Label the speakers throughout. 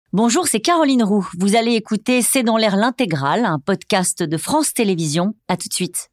Speaker 1: Bonjour, c'est Caroline Roux. Vous allez écouter C'est dans l'air l'intégrale, un podcast de France Télévisions. À tout de suite.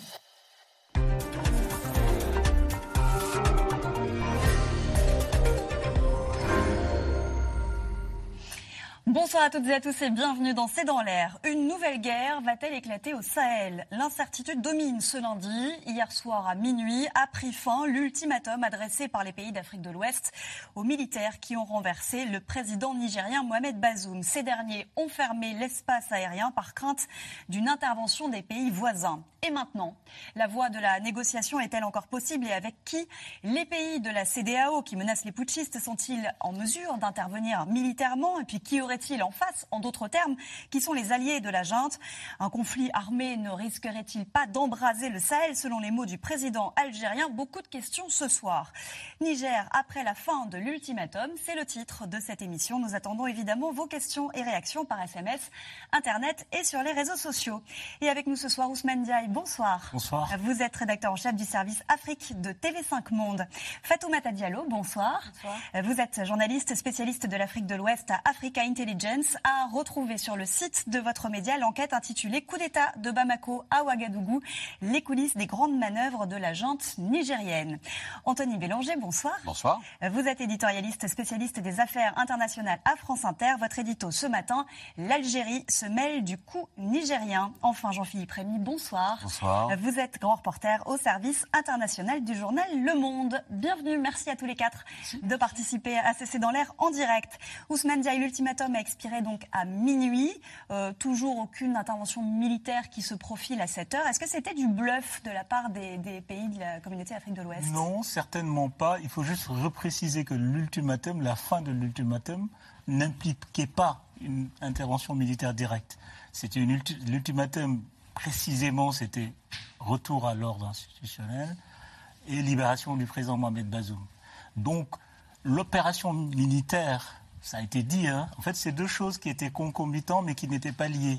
Speaker 2: Bonsoir à toutes et à tous et bienvenue dans C'est dans l'air. Une nouvelle guerre va-t-elle éclater au Sahel ? L'incertitude domine ce lundi. Hier soir à minuit a pris fin l'ultimatum adressé par les pays d'Afrique de l'Ouest aux militaires qui ont renversé le président nigérien Mohamed Bazoum. Ces derniers ont fermé l'espace aérien par crainte d'une intervention des pays voisins. Et maintenant, la voie de la négociation est-elle encore possible et avec qui ? Les pays de la CEDEAO qui menacent les putschistes sont-ils en mesure d'intervenir militairement ? Et puis qui aurait-il en face ? En d'autres termes, qui sont les alliés de la junte ? Un conflit armé ne risquerait-il pas d'embraser le Sahel selon les mots du président algérien ? Beaucoup de questions ce soir. Niger, après la fin de l'ultimatum, c'est le titre de cette émission. Nous attendons évidemment vos questions et réactions par SMS, Internet et sur les réseaux sociaux. Et avec nous ce soir, Ousmane Diaye. Bonsoir.
Speaker 3: Bonsoir.
Speaker 2: Vous êtes rédacteur en chef du service Afrique de TV5 Monde. Fatoumata Diallo, bonsoir.
Speaker 4: Bonsoir.
Speaker 2: Vous êtes journaliste spécialiste de l'Afrique de l'Ouest à Africa Intelligence, à retrouver sur le site de votre média l'enquête intitulée Coup d'État de Bamako à Ouagadougou, les coulisses des grandes manœuvres de la junte nigérienne. Anthony Bélanger, bonsoir.
Speaker 3: Bonsoir.
Speaker 2: Vous êtes éditorialiste spécialiste des affaires internationales à France Inter. Votre édito ce matin, l'Algérie se mêle du coup nigérien. Enfin, Jean-Philippe Rémy, bonsoir.
Speaker 3: Bonsoir.
Speaker 2: Vous êtes grand reporter au service international du journal Le Monde. Bienvenue, merci à tous les quatre de participer à C'est dans l'air en direct. Ousmane Diaye, l'ultimatum a expiré donc à minuit. Toujours aucune intervention militaire qui se profile à cette heure. Est-ce que c'était du bluff de la part des pays de la communauté Afrique de l'Ouest ?
Speaker 3: Non, certainement pas. Il faut juste repréciser que l'ultimatum, la fin de l'ultimatum, n'impliquait pas une intervention militaire directe. C'était l'ultimatum, précisément, c'était retour à l'ordre institutionnel et libération du président Mohamed Bazoum. Donc, l'opération militaire, ça a été dit, en fait, c'est deux choses qui étaient concomitantes mais qui n'étaient pas liées.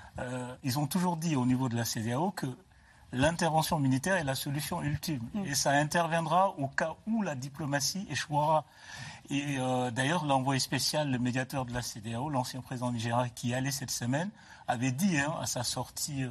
Speaker 3: Ils ont toujours dit au niveau de la CEDEAO que l'intervention militaire est la solution ultime. Et ça interviendra au cas où la diplomatie échouera. Et d'ailleurs, l'envoyé spécial, le médiateur de la CEDEAO, l'ancien président nigérien qui y allait cette semaine, avait dit à sa sortie,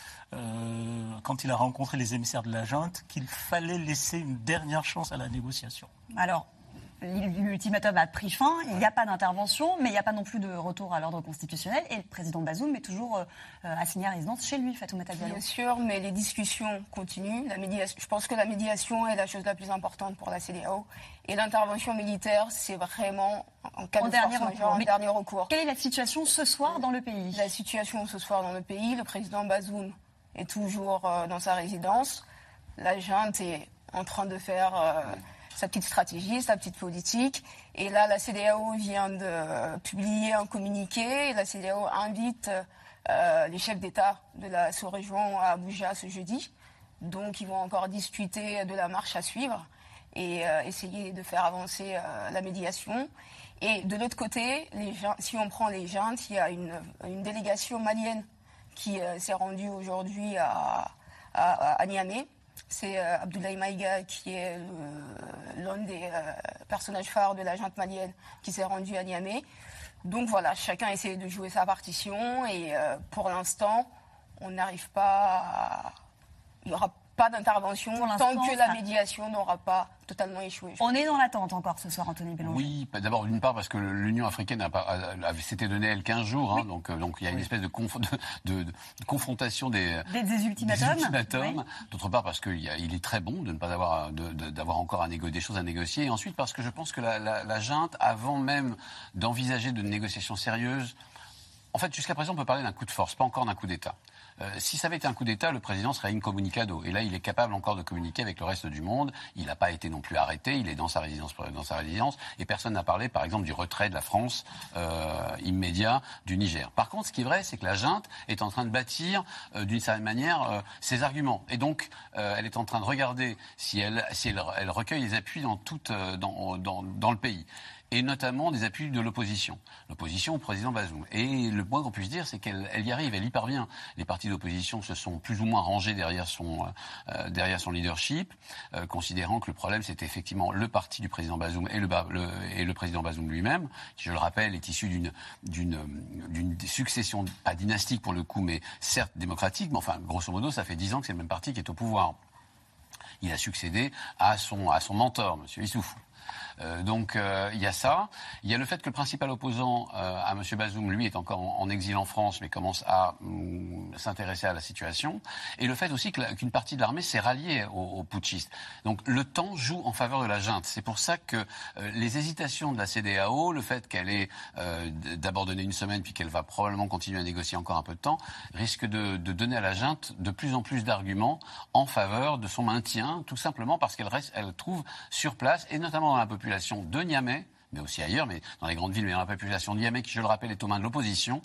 Speaker 3: quand il a rencontré les émissaires de la junte, qu'il fallait laisser une dernière chance à la négociation.
Speaker 2: Alors, l'ultimatum a pris fin, il n'y a pas d'intervention, mais il n'y a pas non plus de retour à l'ordre constitutionnel. Et le président Bazoum est toujours assigné à résidence chez lui, Fatoumata Diallo.
Speaker 4: Bien sûr, mais les discussions continuent. Je pense que la médiation est la chose la plus importante pour la CEDEAO. Et l'intervention militaire, c'est vraiment en cas de force majeure, en dernier recours.
Speaker 2: Quelle est la situation ce soir dans le pays ?
Speaker 4: La situation ce soir dans le pays, le président Bazoum est toujours dans sa résidence. La junte est en train de faire sa petite stratégie, sa petite politique. Et là, la CEDEAO vient de publier un communiqué. Et la CEDEAO invite les chefs d'État de la sous-région à Abuja ce jeudi. Donc, ils vont encore discuter de la marche à suivre et essayer de faire avancer la médiation. Et de l'autre côté, si on prend les juntes, il y a une délégation malienne qui s'est rendue aujourd'hui à Niamey. C'est Abdoulaye Maïga qui est l'un des personnages phares de la junte malienne qui s'est rendu à Niamey. Donc voilà, chacun essaie de jouer sa partition et pour l'instant, on n'arrive pas il n'y aura pas d'intervention tant que la médiation n'aura pas totalement échoué.
Speaker 2: On est dans l'attente encore ce soir, Anthony Bélanger.
Speaker 5: Oui, d'abord d'une part parce que l'Union africaine s'était donné elle 15 jours,
Speaker 2: oui.
Speaker 5: Donc il y a une espèce de confrontation des ultimatums. Oui. D'autre part parce qu'il est très bon de ne pas d'avoir encore des choses à négocier. Et ensuite parce que je pense que la junte, avant même d'envisager de négociations sérieuses, en fait jusqu'à présent on peut parler d'un coup de force, pas encore d'un coup d'État. Si ça avait été un coup d'État, le président serait incommunicado. Et là, il est capable encore de communiquer avec le reste du monde. Il n'a pas été non plus arrêté. Il est dans sa résidence. Et personne n'a parlé, par exemple, du retrait de la France immédiat du Niger. Par contre, ce qui est vrai, c'est que la junte est en train de bâtir, d'une certaine manière, ses arguments. Et donc, elle est en train de regarder si elle recueille les appuis dans le pays. et notamment des appuis de l'opposition au président Bazoum. Et le moins qu'on puisse dire, c'est qu'elle y arrive, elle y parvient. Les partis d'opposition se sont plus ou moins rangés derrière son leadership, considérant que le problème, c'était effectivement le parti du président Bazoum et le président Bazoum lui-même, qui, je le rappelle, est issu d'une succession, pas dynastique pour le coup, mais certes démocratique, mais enfin, grosso modo, ça fait 10 ans que c'est le même parti qui est au pouvoir. Il a succédé à son mentor, M. Issoufou. Donc il y a ça. Il y a le fait que le principal opposant à M. Bazoum, lui, est encore en exil en France, mais commence à s'intéresser à la situation. Et le fait aussi qu'une partie de l'armée s'est ralliée aux putschistes. Donc le temps joue en faveur de la junte. C'est pour ça que les hésitations de la CEDEAO, le fait qu'elle ait d'abord donné une semaine, puis qu'elle va probablement continuer à négocier encore un peu de temps, risque de donner à la junte de plus en plus d'arguments en faveur de son maintien, tout simplement parce qu'elle trouve sur place, et notamment dans la population de Niamey, mais aussi ailleurs, mais dans les grandes villes, mais dans la population de Niamey, qui, je le rappelle, est aux mains de l'opposition,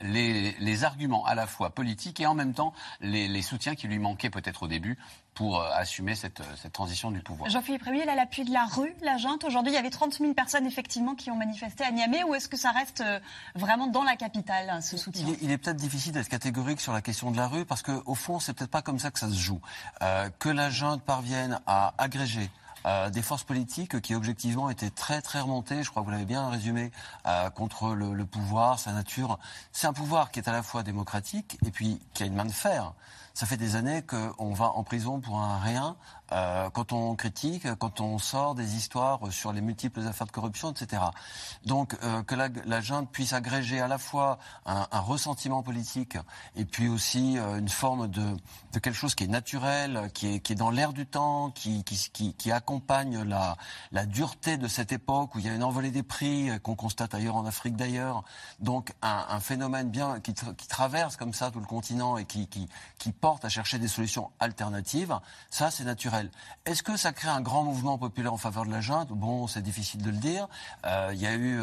Speaker 5: les arguments à la fois politiques et en même temps les soutiens qui lui manquaient peut-être au début pour assumer cette transition du pouvoir.
Speaker 2: Jean-Philippe Rémy, elle a l'appui de la rue, la junte. Aujourd'hui, il y avait 30 000 personnes effectivement qui ont manifesté à Niamey, ou est-ce que ça reste vraiment dans la capitale, ce soutien ?
Speaker 6: Il est peut-être difficile d'être catégorique sur la question de la rue, parce qu'au fond, c'est peut-être pas comme ça que ça se joue. Que la junte parvienne à agréger des forces politiques qui objectivement étaient très très remontées, je crois que vous l'avez bien résumé, contre le pouvoir, sa nature. C'est un pouvoir qui est à la fois démocratique et puis qui a une main de fer. Ça fait des années qu'on va en prison pour un rien, quand on critique, quand on sort des histoires sur les multiples affaires de corruption, etc. Donc que la junte puisse agréger à la fois un ressentiment politique et puis aussi une forme de quelque chose qui est naturel, qui est dans l'air du temps, qui accompagne la dureté de cette époque où il y a une envolée des prix qu'on constate ailleurs en Afrique d'ailleurs. Donc un phénomène bien qui traverse comme ça tout le continent et qui porte à chercher des solutions alternatives, ça c'est naturel. Est-ce que ça crée un grand mouvement populaire en faveur de la junte ? Bon, c'est difficile de le dire. Il y a eu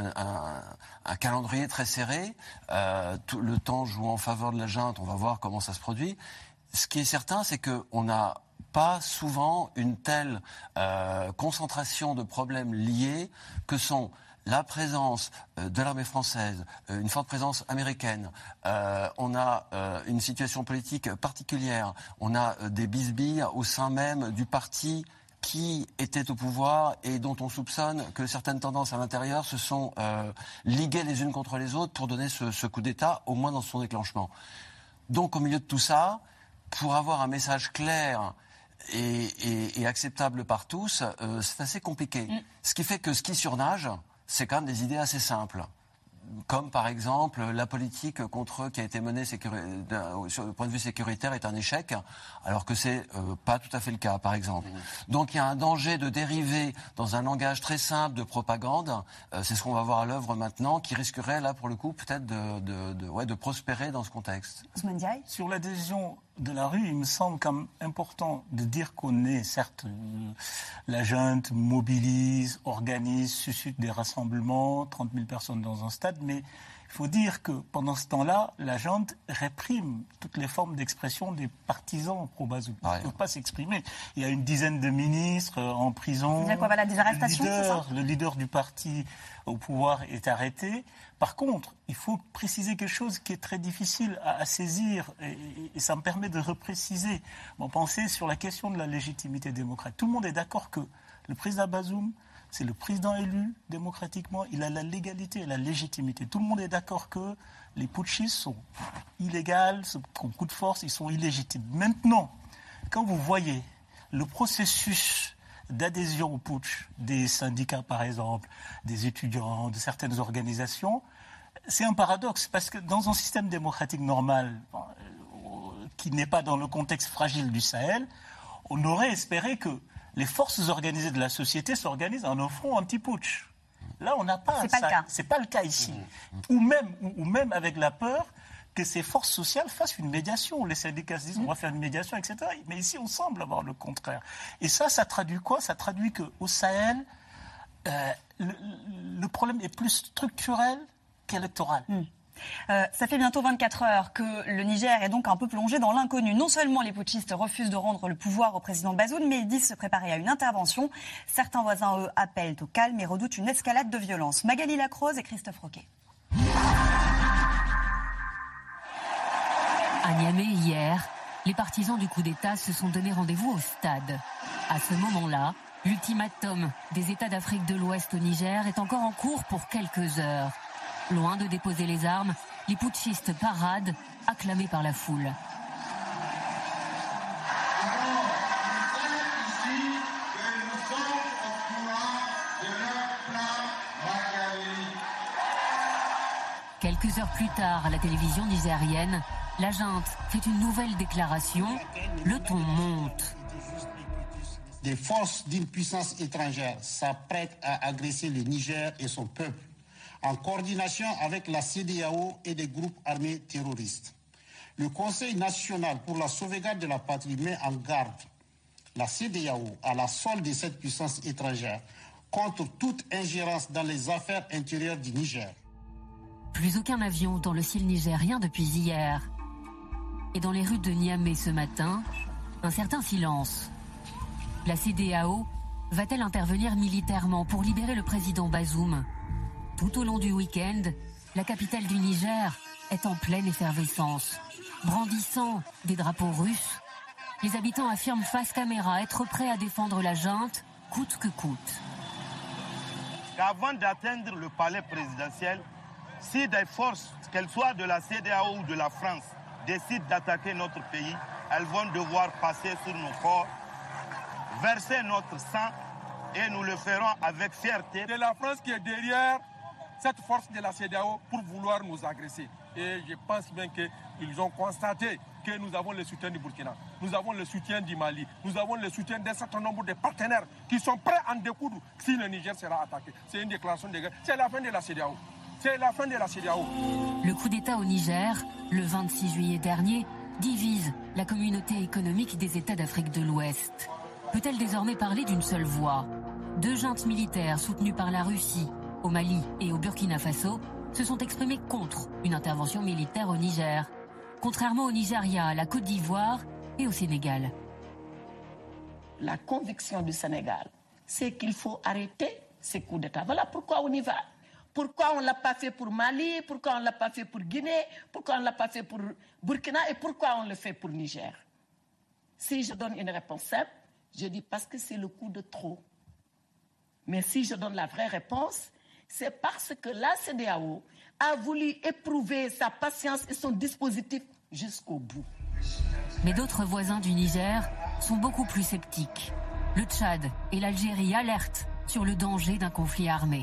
Speaker 6: un calendrier très serré. Tout le temps joue en faveur de la junte. On va voir comment ça se produit. Ce qui est certain, c'est qu'on n'a pas souvent une telle concentration de problèmes liés que sont la présence de l'armée française, une forte présence américaine, on a une situation politique particulière, on a des bisbilles au sein même du parti qui était au pouvoir et dont on soupçonne que certaines tendances à l'intérieur se sont liguées les unes contre les autres pour donner ce coup d'État, au moins dans son déclenchement. Donc au milieu de tout ça, pour avoir un message clair et acceptable par tous, c'est assez compliqué. Ce qui fait que ce qui surnage, c'est quand même des idées assez simples. Comme par exemple la politique contre eux qui a été menée sur le point de vue sécuritaire est un échec, alors que c'est pas tout à fait le cas, par exemple. Donc il y a un danger de dériver dans un langage très simple de propagande, c'est ce qu'on va voir à l'œuvre maintenant, qui risquerait là pour le coup peut-être de prospérer dans ce contexte.
Speaker 3: Sur l'adhésion de la rue, il me semble quand même important de dire qu'on est, certes, la junte mobilise, organise, suscite des rassemblements, 30 000 personnes dans un stade, mais il faut dire que pendant ce temps-là, la junte réprime toutes les formes d'expression des partisans pro-Bazoum. Ils ne peuvent pas s'exprimer. Il y a une dizaine de ministres en prison.
Speaker 2: Il y a quoi, voilà, des arrestations,
Speaker 3: le leader du parti au pouvoir est arrêté. Par contre, il faut préciser quelque chose qui est très difficile à saisir, et ça me permet de repréciser mon pensée sur la question de la légitimité démocratique. Tout le monde est d'accord que le président Bazoum, c'est le président élu démocratiquement, il a la légalité et la légitimité. Tout le monde est d'accord que les putschistes sont illégaux, sont coup de force, ils sont illégitimes. Maintenant, quand vous voyez le processus d'adhésion au putsch des syndicats, par exemple, des étudiants, de certaines organisations, c'est un paradoxe, parce que dans un système démocratique normal, qui n'est pas dans le contexte fragile du Sahel, on aurait espéré que les forces organisées de la société s'organisent en un front anti-putsch. Là, on n'a pas ça. C'est pas le cas ici. Ou même avec la peur que ces forces sociales fassent une médiation. Les syndicats se disent on va faire une médiation, etc. Mais ici, on semble avoir le contraire. Et ça traduit quoi ? Ça traduit qu'au Sahel, le problème est plus structurel qu'électoral.
Speaker 2: Ça fait bientôt 24 heures que le Niger est donc un peu plongé dans l'inconnu. Non seulement les putschistes refusent de rendre le pouvoir au président Bazoum, mais ils disent se préparer à une intervention. Certains voisins, eux, appellent au calme et redoutent une escalade de violence. Magali Lacroze et Christophe Roquet.
Speaker 7: À Niamey, hier, les partisans du coup d'État se sont donné rendez-vous au stade. À ce moment-là, l'ultimatum des États d'Afrique de l'Ouest au Niger est encore en cours pour quelques heures. Loin de déposer les armes, les putschistes paradent, acclamés par la foule. Quelques heures plus tard, à la télévision nigérienne, la junte fait une nouvelle déclaration. Le ton monte.
Speaker 8: Des forces d'une puissance étrangère s'apprêtent à agresser le Niger et son peuple, en coordination avec la CEDEAO et des groupes armés terroristes. Le Conseil national pour la sauvegarde de la patrie met en garde la CEDEAO à la solde de cette puissance étrangère contre toute ingérence dans les affaires intérieures du Niger.
Speaker 7: Plus aucun avion dans le ciel nigérien depuis hier. Et dans les rues de Niamey ce matin, un certain silence. La CEDEAO va-t-elle intervenir militairement pour libérer le président Bazoum ? Tout au long du week-end, la capitale du Niger est en pleine effervescence. Brandissant des drapeaux russes, les habitants affirment face caméra être prêts à défendre la junte, coûte que coûte.
Speaker 9: Avant d'atteindre le palais présidentiel, si des forces, qu'elles soient de la CEDEAO ou de la France, décident d'attaquer notre pays, elles vont devoir passer sur nos corps, verser notre sang et nous le ferons avec fierté.
Speaker 10: C'est la France qui est derrière cette force de la CEDEAO pour vouloir nous agresser. Et je pense bien qu'ils ont constaté que nous avons le soutien du Burkina, nous avons le soutien du Mali, nous avons le soutien d'un certain nombre de partenaires qui sont prêts à en découdre si le Niger sera attaqué. C'est une déclaration de guerre. C'est la fin de la CEDEAO. C'est la fin de la CEDEAO.
Speaker 7: Le coup d'État au Niger, le 26 juillet dernier, divise la communauté économique des États d'Afrique de l'Ouest. Peut-elle désormais parler d'une seule voix ? Deux juntes militaires soutenues par la Russie, au Mali et au Burkina Faso, se sont exprimées contre une intervention militaire au Niger, contrairement au Nigeria, à la Côte d'Ivoire et au Sénégal.
Speaker 11: La conviction du Sénégal, c'est qu'il faut arrêter ces coups d'État. Voilà pourquoi on y va. Pourquoi on ne l'a pas fait pour Mali, pourquoi on ne l'a pas fait pour Guinée, pourquoi on ne l'a pas fait pour Burkina et pourquoi on le fait pour Niger. Si je donne une réponse simple, je dis parce que c'est le coup de trop. Mais si je donne la vraie réponse, c'est parce que la CEDEAO a voulu éprouver sa patience et son dispositif jusqu'au bout.
Speaker 7: Mais d'autres voisins du Niger sont beaucoup plus sceptiques. Le Tchad et l'Algérie alertent sur le danger d'un conflit armé.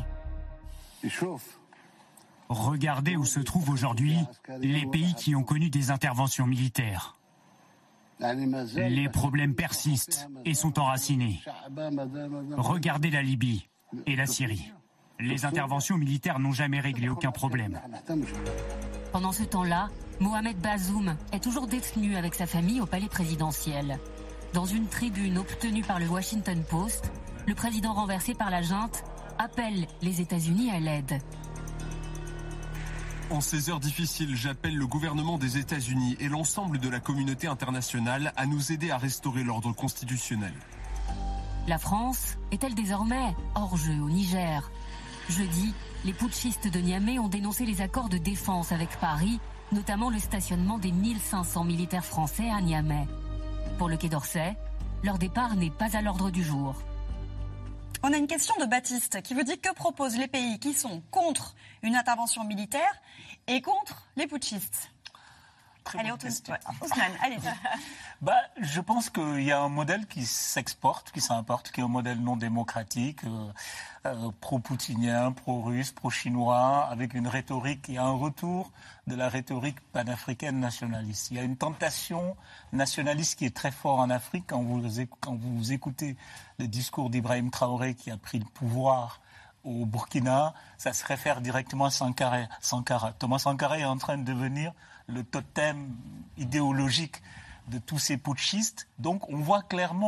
Speaker 12: Regardez où se trouvent aujourd'hui les pays qui ont connu des interventions militaires. Les problèmes persistent et sont enracinés. Regardez la Libye et la Syrie. Les interventions militaires n'ont jamais réglé aucun problème.
Speaker 7: Pendant ce temps-là, Mohamed Bazoum est toujours détenu avec sa famille au palais présidentiel. Dans une tribune obtenue par le Washington Post, le président renversé par la junte appelle les États-Unis à l'aide.
Speaker 13: En ces heures difficiles, j'appelle le gouvernement des États-Unis et l'ensemble de la communauté internationale à nous aider à restaurer l'ordre constitutionnel.
Speaker 7: La France est-elle désormais hors jeu au Niger ? Jeudi, les putschistes de Niamey ont dénoncé les accords de défense avec Paris, notamment le stationnement des 1500 militaires français à Niamey. Pour le Quai d'Orsay, leur départ n'est pas à l'ordre du jour.
Speaker 2: On a une question de Baptiste qui vous dit que proposent les pays qui sont contre une intervention militaire et contre les putschistes. Allez, Ousmane, allez-y.
Speaker 3: Je pense qu'il y a un modèle qui s'exporte, qui s'importe, qui est un modèle non démocratique, pro-poutinien, pro-russe, pro-chinois, avec une rhétorique. Il y a un retour de la rhétorique panafricaine nationaliste. Il y a une tentation nationaliste qui est très forte en Afrique. Quand vous écoutez le discours d'Ibrahim Traoré qui a pris le pouvoir au Burkina, ça se réfère directement à Sankara. Thomas Sankara est en train de devenir le totem idéologique de tous ces putschistes. Donc on voit clairement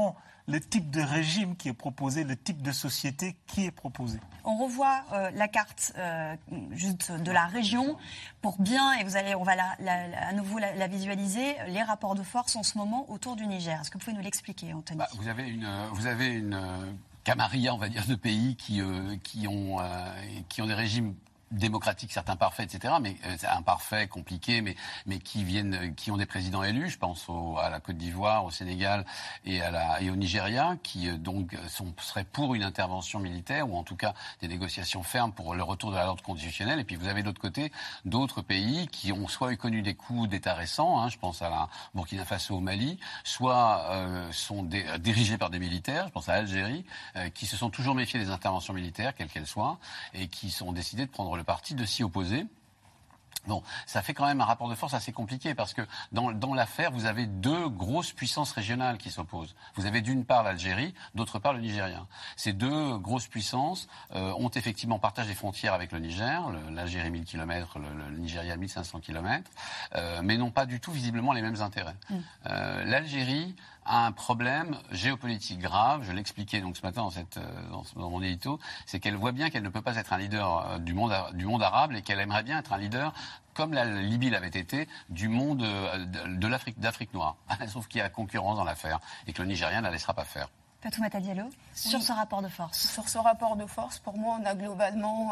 Speaker 3: le type de régime qui est proposé, le type de société qui est proposé.
Speaker 2: On revoit la carte juste de la région pour bien, et on va à nouveau la visualiser, les rapports de force en ce moment autour du Niger. Est-ce que vous pouvez nous l'expliquer, Anthony ?
Speaker 5: Vous avez une camarilla, on va dire, de pays qui ont des régimes démocratiques, certains parfaits, etc., mais imparfaits, compliqués, mais qui ont des présidents élus. Je pense à la Côte d'Ivoire, au Sénégal et au Nigeria, qui donc seraient pour une intervention militaire ou en tout cas des négociations fermes pour le retour de l'ordre constitutionnel. Et puis vous avez de l'autre côté d'autres pays qui ont soit connu des coups d'État récents, je pense à la Burkina Faso, au Mali, soit sont dirigés par des militaires, je pense à l'Algérie, qui se sont toujours méfiés des interventions militaires, quelles qu'elles soient, et qui ont décidé de prendre le parti de s'y opposer. Bon, ça fait quand même un rapport de force assez compliqué parce que dans l'affaire, vous avez deux grosses puissances régionales qui s'opposent. Vous avez d'une part l'Algérie, d'autre part le Nigeria. Ces deux grosses puissances ont effectivement partagé des frontières avec le Niger, l'Algérie 1000 km, le Nigeria 1500 km, mais n'ont pas du tout visiblement les mêmes intérêts. L'Algérie a un problème géopolitique grave, je l'expliquais donc ce matin dans mon édito, c'est qu'elle voit bien qu'elle ne peut pas être un leader du monde arabe et qu'elle aimerait bien être un leader, comme la Libye l'avait été, du monde d'Afrique noire. Sauf qu'il y a concurrence dans l'affaire et que le Nigeria ne la laissera pas faire.
Speaker 2: Fatoumata Diallo, sur ce rapport de force.
Speaker 4: Sur ce rapport de force, pour moi, on a globalement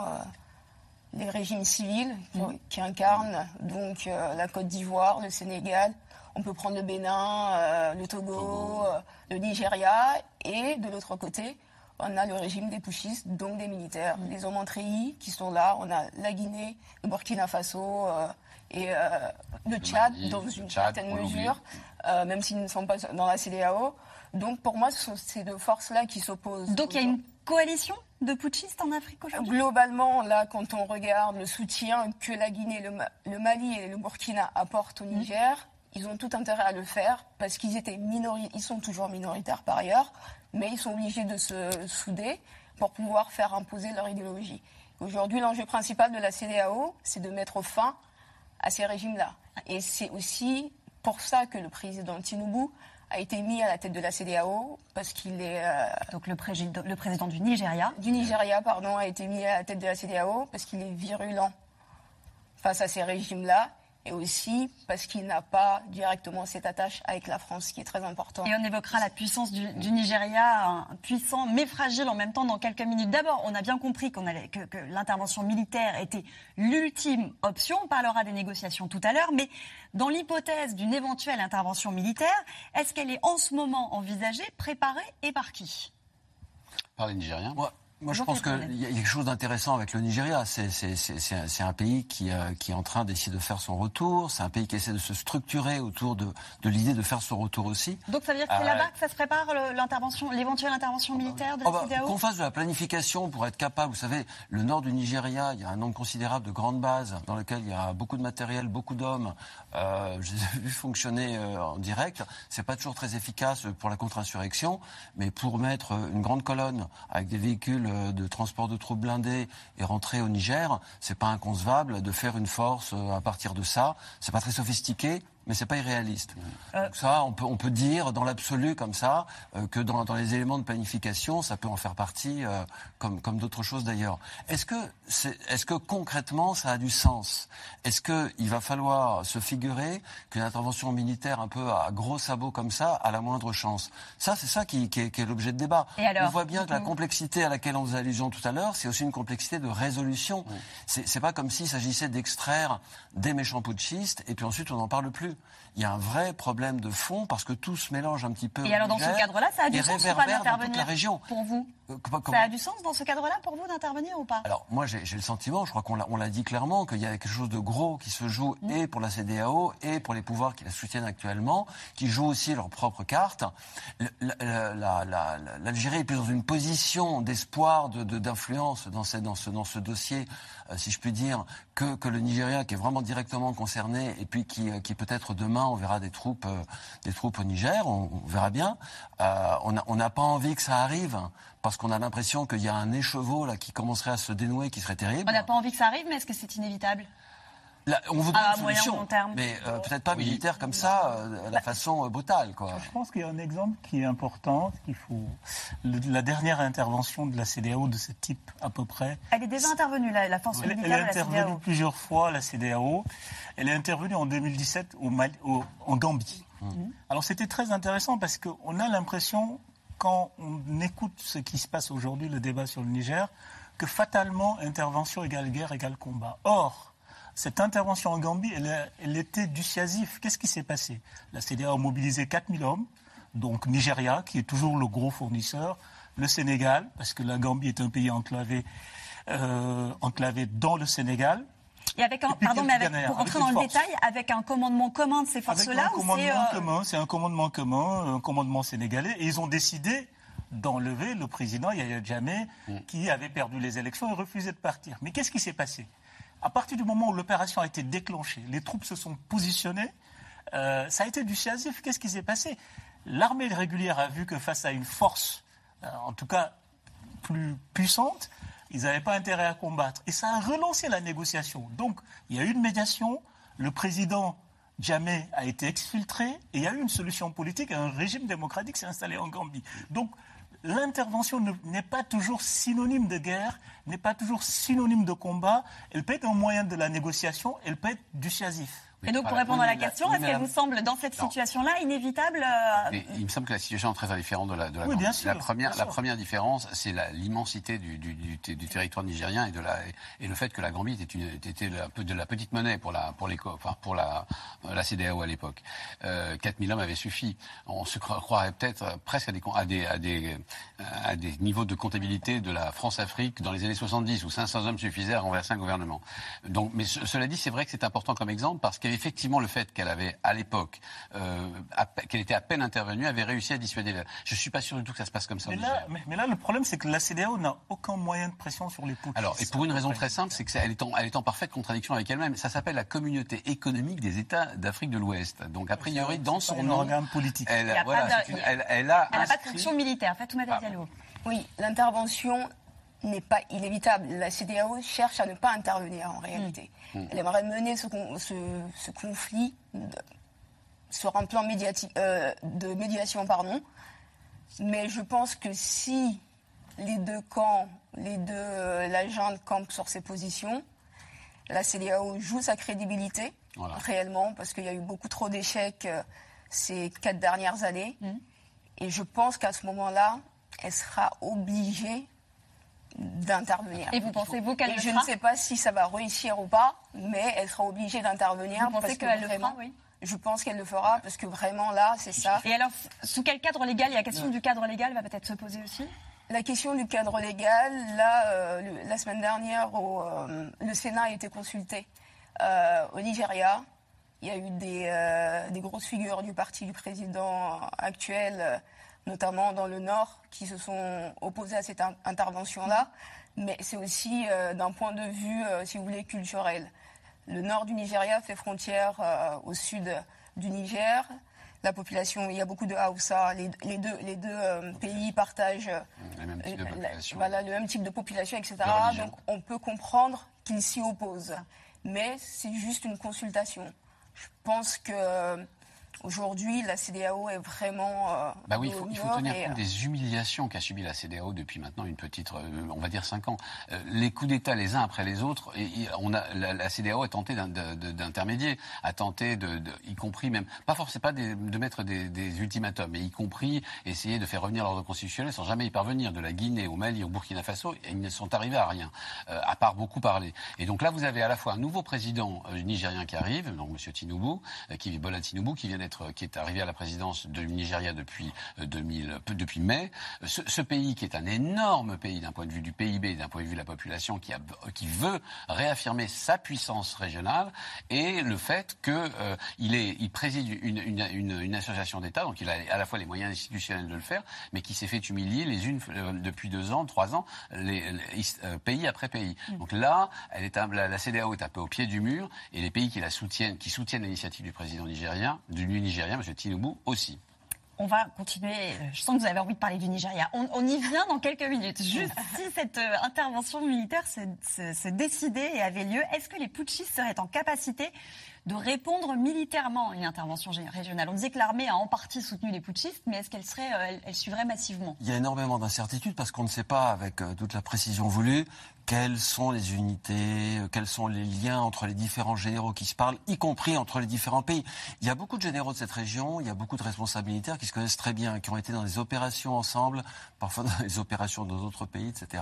Speaker 4: les régimes civils qui incarnent donc la Côte d'Ivoire, le Sénégal. On peut prendre le Bénin, le Togo, le Nigeria. Et de l'autre côté, on a le régime des putschistes, donc des militaires. Les hommes en treillis qui sont là. On a la Guinée, le Burkina Faso et le Tchad, dans une certaine mesure, même s'ils ne sont pas dans la CEDEAO. Donc pour moi, ce sont ces deux forces-là qui s'opposent.
Speaker 2: Donc il y a une coalition de putschistes en Afrique aujourd'hui ?
Speaker 4: Globalement, là, quand on regarde le soutien que la Guinée, le Mali et le Burkina apportent au Niger, ils ont tout intérêt à le faire parce qu'ils étaient ils sont toujours minoritaires par ailleurs, mais ils sont obligés de se souder pour pouvoir faire imposer leur idéologie. Aujourd'hui, l'enjeu principal de la CEDEAO, c'est de mettre fin à ces régimes-là. Et c'est aussi pour ça que le président Tinubu a été mis à la tête de la CEDEAO, parce qu'il est...
Speaker 2: Donc le président du Nigeria.
Speaker 4: Du Nigeria, pardon, a été mis à la tête de la CEDEAO parce qu'il est virulent face à ces régimes-là. Et aussi parce qu'il n'a pas directement cette attache avec la France, qui est très important.
Speaker 2: Et on évoquera la puissance du Nigeria, puissant mais fragile en même temps dans quelques minutes. D'abord, on a bien compris que l'intervention militaire était l'ultime option. On parlera des négociations tout à l'heure. Mais dans l'hypothèse d'une éventuelle intervention militaire, est-ce qu'elle est en ce moment envisagée, préparée et par qui ?
Speaker 5: Par les Nigériens.
Speaker 6: Moi, je pense qu'il y a quelque chose d'intéressant avec le Nigeria. C'est un pays qui est en train d'essayer de faire son retour. C'est un pays qui essaie de se structurer autour de l'idée de faire son retour aussi.
Speaker 2: Donc ça veut dire que c'est là-bas que ça se prépare, l'éventuelle intervention militaire de la CEDEAO ?
Speaker 6: Qu'on fasse de la planification pour être capable. Vous savez, le nord du Nigeria, il y a un nombre considérable de grandes bases dans lesquelles il y a beaucoup de matériel, beaucoup d'hommes. Je les ai vus fonctionner en direct. C'est pas toujours très efficace pour la contre-insurrection, mais pour mettre une grande colonne avec des véhicules de transport de troupes blindées et rentrer au Niger, c'est pas inconcevable de faire une force à partir de ça. C'est pas très sophistiqué, mais c'est pas irréaliste. Donc ça, on peut dire dans l'absolu comme ça que dans les éléments de planification, ça peut en faire partie, comme d'autres choses d'ailleurs. Est-ce que concrètement ça a du sens ? Est-ce que il va falloir se figurer qu'une intervention militaire un peu à gros sabots comme ça a la moindre chance ? Ça, c'est ça qui est l'objet de débat. On voit bien que la complexité à laquelle on faisait allusion tout à l'heure, c'est aussi une complexité de résolution. C'est pas comme s'il s'agissait d'extraire des méchants putschistes et puis ensuite on n'en parle plus. Il y a un vrai problème de fond parce que tout se mélange un petit peu.
Speaker 2: Et alors dans ce cadre-là, ça a du sens ou pas d'intervenir pour vous ? Ça a du sens dans ce cadre-là pour vous d'intervenir ou pas ?
Speaker 6: Alors moi j'ai le sentiment, je crois qu'on l'a dit clairement, qu'il y a quelque chose de gros qui se joue et pour la CEDEAO et pour les pouvoirs qui la soutiennent actuellement, qui jouent aussi leurs propres cartes. L'Algérie est plus dans une position d'espoir, d'influence dans ce dossier, si je puis dire, que le Nigeria qui est vraiment directement concerné et puis qui peut-être demain on verra des troupes au Niger, on verra bien. On n'a pas envie que ça arrive parce qu'on a l'impression qu'il y a un écheveau là qui commencerait à se dénouer, qui serait terrible.
Speaker 2: On n'a pas envie que ça arrive, mais est-ce que c'est inévitable ?
Speaker 6: Là, on voudrait une
Speaker 2: moyen
Speaker 6: solution,
Speaker 2: long terme.
Speaker 6: mais peut-être pas militaire comme ça, à la façon brutale, quoi.
Speaker 3: Je pense qu'il y a un exemple qui est important, la dernière intervention de la CEDEAO de ce type, à peu près.
Speaker 2: Elle est déjà intervenue, la force militaire de la CEDEAO.
Speaker 3: Elle est intervenue plusieurs fois, la CEDEAO. Elle est intervenue en 2017 en Gambie. Alors c'était très intéressant parce qu'on a l'impression, quand on écoute ce qui se passe aujourd'hui, le débat sur le Niger, que fatalement, intervention égale guerre égale combat. Or, cette intervention en Gambie, elle était dissuasive. Qu'est-ce qui s'est passé? La CEDEAO a mobilisé 4000 hommes, donc Nigeria, qui est toujours le gros fournisseur, le Sénégal, parce que la Gambie est un pays enclavé dans le Sénégal.
Speaker 2: Et avec pour rentrer dans le détail, avec un commandement commun de ces forces-là,
Speaker 3: c'est un commandement commun, un commandement sénégalais, et ils ont décidé d'enlever le président Yahya Jammeh, qui avait perdu les élections et refusait de partir. Mais qu'est-ce qui s'est passé? À partir du moment où l'opération a été déclenchée, les troupes se sont positionnées, ça a été dissuasif. Qu'est-ce qui s'est passé? L'armée régulière a vu que face à une force, en tout cas plus puissante, ils n'avaient pas intérêt à combattre. Et ça a relancé la négociation. Donc, il y a eu une médiation, le président Jammeh a été exfiltré, et il y a eu une solution politique, un régime démocratique s'est installé en Gambie. Donc, l'intervention n'est pas toujours synonyme de guerre, n'est pas toujours synonyme de combat. Elle peut être un moyen de la négociation, elle peut être dissuasif.
Speaker 2: Et donc, pour répondre à la question, est-ce qu'elle vous semble, dans cette situation-là, inévitable
Speaker 5: Il me semble que la situation est très différente de la
Speaker 3: oui, bien sûr,
Speaker 5: la première différence, c'est l'immensité du territoire nigérien et le fait que la Gambie était un peu de la petite monnaie pour la CEDEAO à l'époque. 4000 hommes avaient suffi. On se croirait peut-être presque à des niveaux de comptabilité de la France-Afrique dans les années 70, où 500 hommes suffisaient à renverser un gouvernement. Donc, mais cela dit, c'est vrai que c'est important comme exemple, parce que effectivement, le fait qu'elle avait, à l'époque, qu'elle était à peine intervenue, avait réussi à dissuader. Je ne suis pas sûr du tout que ça se passe comme ça.
Speaker 3: Mais là, le problème, c'est que la CEDEAO n'a aucun moyen de pression sur les putschistes.
Speaker 5: Alors, et pour une raison très simple, c'est qu'elle est en parfaite contradiction avec elle-même. Ça s'appelle la Communauté économique des États d'Afrique de l'Ouest. Donc, a priori, dans son nom,
Speaker 3: organe politique.
Speaker 5: Elle n'a pas
Speaker 2: de fonction militaire. Fatoumata Diallo.
Speaker 4: Oui, l'intervention n'est pas inévitable. La CEDEAO cherche à ne pas intervenir en réalité. Elle aimerait mener ce conflit sur un plan de médiation. Mais je pense que si les deux camps, la junte campent sur ses positions, la CEDEAO joue sa crédibilité, réellement, parce qu'il y a eu beaucoup trop d'échecs ces 4 dernières années. Et je pense qu'à ce moment-là, elle sera obligée d'intervenir.
Speaker 2: Et vous pensez, vous, qu'elle le fera?
Speaker 4: Je ne sais pas si ça va réussir ou pas, mais elle sera obligée d'intervenir.
Speaker 2: Vous pensez qu'elle le fera, oui?
Speaker 4: Je pense qu'elle le fera, parce que vraiment là, c'est ça.
Speaker 2: Et alors, sous quel cadre légal? Et la question du cadre légal va peut-être se poser aussi?
Speaker 4: La question du cadre légal, là, la semaine dernière, le Sénat a été consulté au Nigeria. Il y a eu des grosses figures du parti du président actuel, notamment dans le Nord, qui se sont opposés à cette intervention-là. Mais c'est aussi d'un point de vue, si vous voulez, culturel. Le Nord du Nigeria fait frontière au sud du Niger. La population, il y a beaucoup de Haoussa. Les deux pays partagent
Speaker 5: le même type de population.
Speaker 4: Le même type de population, etc. Donc on peut comprendre qu'ils s'y opposent. Mais c'est juste une consultation. Je pense que aujourd'hui, la CEDEAO est vraiment.
Speaker 5: Il faut tenir compte des humiliations qu'a subi la CEDEAO depuis maintenant une petite, on va dire 5 ans. Les coups d'État les uns après les autres, la CEDEAO a tenté d'intermédier, a tenté y compris même, pas forcément de mettre des ultimatums, mais y compris essayer de faire revenir l'ordre constitutionnel sans jamais y parvenir. De la Guinée au Mali, au Burkina Faso, ils ne sont arrivés à rien, à part beaucoup parler. Et donc là, vous avez à la fois un nouveau président nigérien qui arrive, donc M. Tinubu, Bola Tinubu, qui est arrivé à la présidence du Nigeria depuis mai. Ce pays qui est un énorme pays d'un point de vue du PIB, d'un point de vue de la population, qui veut réaffirmer sa puissance régionale, et le fait qu'il préside une association d'États, donc il a à la fois les moyens institutionnels de le faire, mais qui s'est fait humilier depuis 2 ans, 3 ans, pays après pays. Donc là, la CEDEAO est un peu au pied du mur, et les pays qui soutiennent l'initiative du président nigérien, M. Tinubu aussi.
Speaker 2: On va continuer. Je sens que vous avez envie de parler du Nigeria. On y vient dans quelques minutes. Juste si cette intervention militaire se décidait et avait lieu, est-ce que les putschistes seraient en capacité de répondre militairement à une intervention régionale? On disait que l'armée a en partie soutenu les putschistes, mais est-ce qu'elle suivrait massivement?
Speaker 6: Il y a énormément d'incertitudes parce qu'on ne sait pas, avec toute la précision voulue, quelles sont les unités, quels sont les liens entre les différents généraux qui se parlent, y compris entre les différents pays. Il y a beaucoup de généraux de cette région, il y a beaucoup de responsables militaires qui se connaissent très bien, qui ont été dans des opérations ensemble, parfois dans des opérations dans d'autres pays, etc.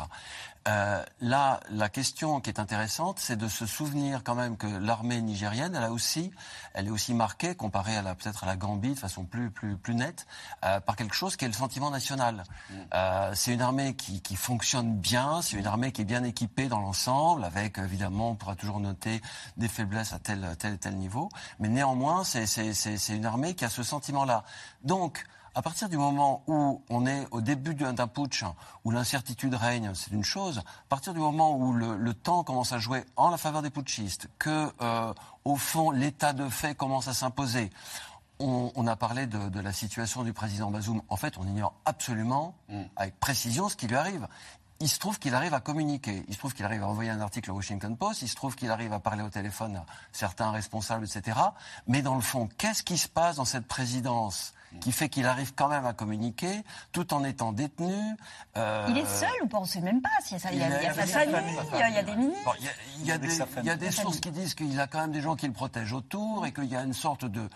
Speaker 6: Là, la question qui est intéressante, c'est de se souvenir quand même que l'armée nigérienne, elle est aussi marquée, comparée peut-être à la Gambie de façon plus nette, par quelque chose qui est le sentiment national. C'est une armée qui fonctionne bien, c'est une armée qui est bien équipée dans l'ensemble, avec évidemment, on pourra toujours noter des faiblesses à tel niveau, mais néanmoins, c'est une armée qui a ce sentiment-là. Donc, à partir du moment où on est au début d'un putsch, où l'incertitude règne, c'est une chose. À partir du moment où le temps commence à jouer en la faveur des putschistes, que, au fond, l'état de fait commence à s'imposer. On a parlé de la situation du président Bazoum. En fait, on ignore absolument, avec précision, ce qui lui arrive. Il se trouve qu'il arrive à communiquer, il se trouve qu'il arrive à envoyer un article au Washington Post, il se trouve qu'il arrive à parler au téléphone à certains responsables, etc. Mais dans le fond, qu'est-ce qui se passe dans cette présidence qui fait qu'il arrive quand même à communiquer tout en étant détenu?
Speaker 2: Il est seul ou pas? On ne sait même pas. Il y a sa famille, il y a des ministres.
Speaker 6: Il y a des sources qui disent qu'il a quand même des gens qui le protègent autour et qu'il y a une sorte de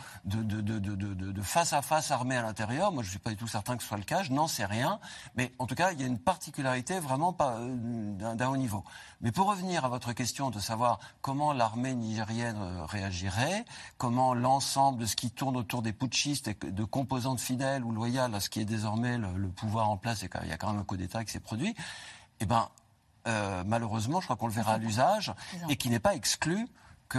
Speaker 6: face-à-face armé à l'intérieur. Moi, je ne suis pas du tout certain que ce soit le cas, je n'en sais rien. Mais en tout cas, il y a une particularité vraiment d'un haut niveau. Mais pour revenir à votre question de savoir comment l'armée nigérienne réagirait, comment l'ensemble de ce qui tourne autour des putschistes et de composantes fidèles ou loyales à ce qui est désormais le pouvoir en place, et il y a quand même un coup d'État qui s'est produit, malheureusement, je crois qu'on le verra à l'usage, et qui n'est pas exclu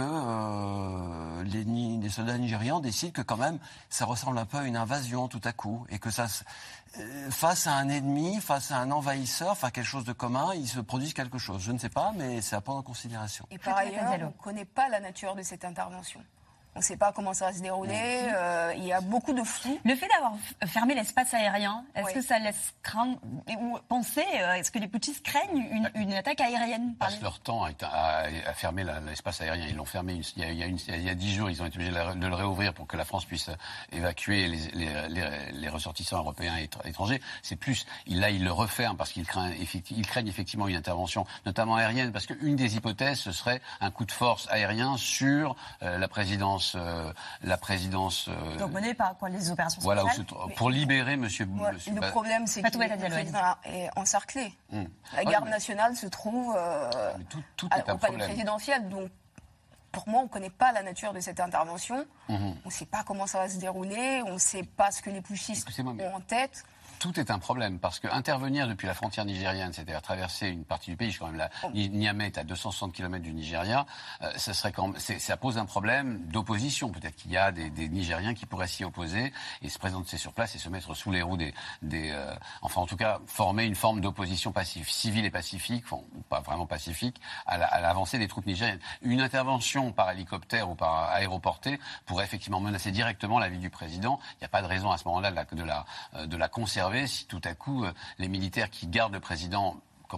Speaker 6: que les soldats nigérians décident que quand même ça ressemble un peu à une invasion tout à coup, et que ça, face à un ennemi, face à un envahisseur, enfin quelque chose de commun, il se produise quelque chose. Je ne sais pas, mais c'est à prendre en considération.
Speaker 4: Et par ailleurs, on ne connaît pas la nature de cette intervention. On ne sait pas comment ça va se dérouler, il y a beaucoup de flou.
Speaker 2: Le fait d'avoir fermé l'espace aérien, est-ce que ça laisse craindre ou penser, est-ce que les putschistes craignent une attaque aérienne?
Speaker 5: Ils passent leur temps à fermer l'espace aérien. Ils l'ont fermé il y a 10 jours, ils ont été obligés de le réouvrir pour que la France puisse évacuer les ressortissants européens et étrangers. C'est plus, là, ils le referment parce qu'ils craignent effectivement une intervention, notamment aérienne, parce qu'une des hypothèses, ce serait un coup de force aérien sur la présidence.
Speaker 2: Donc menée par les opérations
Speaker 5: voilà,
Speaker 2: spéciales.
Speaker 5: pour libérer monsieur
Speaker 4: le problème, c'est que le président est encerclé. La garde nationale se trouve au palais présidentiel. Donc, pour moi, on ne connaît pas la nature de cette intervention. On ne sait pas comment ça va se dérouler. On ne sait pas ce que les putschistes ont en tête.
Speaker 5: Tout est un problème, parce que intervenir depuis la frontière nigériane, c'est-à-dire traverser une partie du pays, quand même, Niamey est à 260 km du Nigeria, ça pose un problème d'opposition. Peut-être qu'il y a des Nigériens qui pourraient s'y opposer et se présenter sur place et se mettre sous les roues enfin en tout cas former une forme d'opposition civile et pacifique, enfin pas vraiment pacifique, à l'avancée des troupes nigériennes. Une intervention par hélicoptère ou par aéroportée pourrait effectivement menacer directement la vie du président. Il n'y a pas de raison à ce moment-là de la conserver si tout à coup les militaires qui gardent le président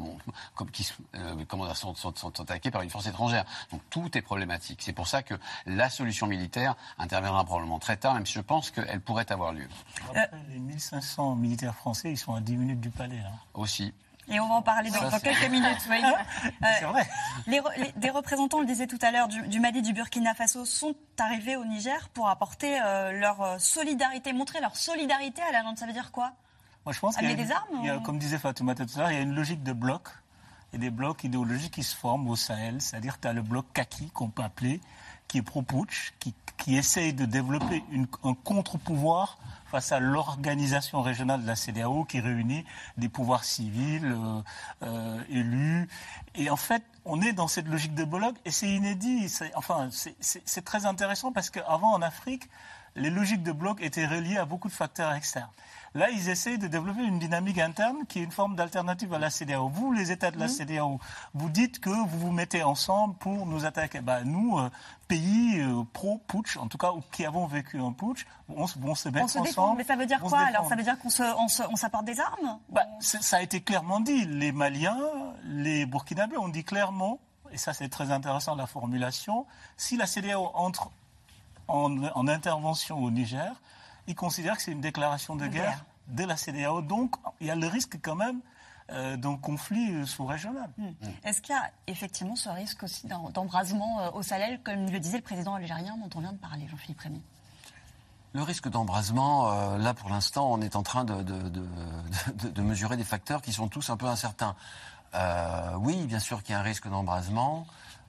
Speaker 5: sont attaqués par une force étrangère. Donc tout est problématique. C'est pour ça que la solution militaire interviendra probablement très tard, même si je pense qu'elle pourrait avoir lieu.
Speaker 3: Après, les 1500 militaires français, ils sont à 10 minutes du palais.
Speaker 5: Aussi.
Speaker 2: Et on va en parler dans quelques minutes. Oui.
Speaker 3: C'est vrai.
Speaker 2: Des représentants, on le disait tout à l'heure, du Mali, du Burkina Faso sont arrivés au Niger pour apporter leur solidarité, montrer leur solidarité à la langue. Ça veut dire quoi?
Speaker 3: Moi, je pense qu'il y a, comme disait Fatoumata tout à l'heure, il y a une logique de blocs et des blocs idéologiques qui se forment au Sahel. C'est-à-dire que tu as le bloc Kaki, qu'on peut appeler, qui est pro-putsch, qui essaye de développer un contre-pouvoir face à l'organisation régionale de la CEDEAO qui réunit des pouvoirs civils, élus. Et en fait, on est dans cette logique de bloc et c'est inédit. C'est très intéressant parce qu'avant, en Afrique, les logiques de bloc étaient reliées à beaucoup de facteurs externes. Là, ils essayent de développer une dynamique interne qui est une forme d'alternative à la CEDEAO. Vous, les États de la CEDEAO, vous dites que vous vous mettez ensemble pour nous attaquer. Nous, pays pro-putsch, en tout cas, qui avons vécu un putsch, on se met ensemble.
Speaker 2: Défend. Mais ça veut dire quoi alors? Ça veut dire qu'on s'apporte des armes?
Speaker 3: Ça a été clairement dit. Les Maliens, les Burkinabés ont dit clairement, et ça c'est très intéressant la formulation, si la CEDEAO entre en intervention au Niger, ils considèrent que c'est une déclaration de guerre de la CEDEAO. Donc, il y a le risque quand même d'un conflit sous-régional.
Speaker 2: Est-ce qu'il y a effectivement ce risque aussi d'embrasement au Sahel, comme le disait le président algérien dont on vient de parler, Jean-Philippe Rémy?
Speaker 6: Le risque d'embrasement, là pour l'instant, on est en train de mesurer des facteurs qui sont tous un peu incertains. Oui, bien sûr qu'il y a un risque d'embrasement.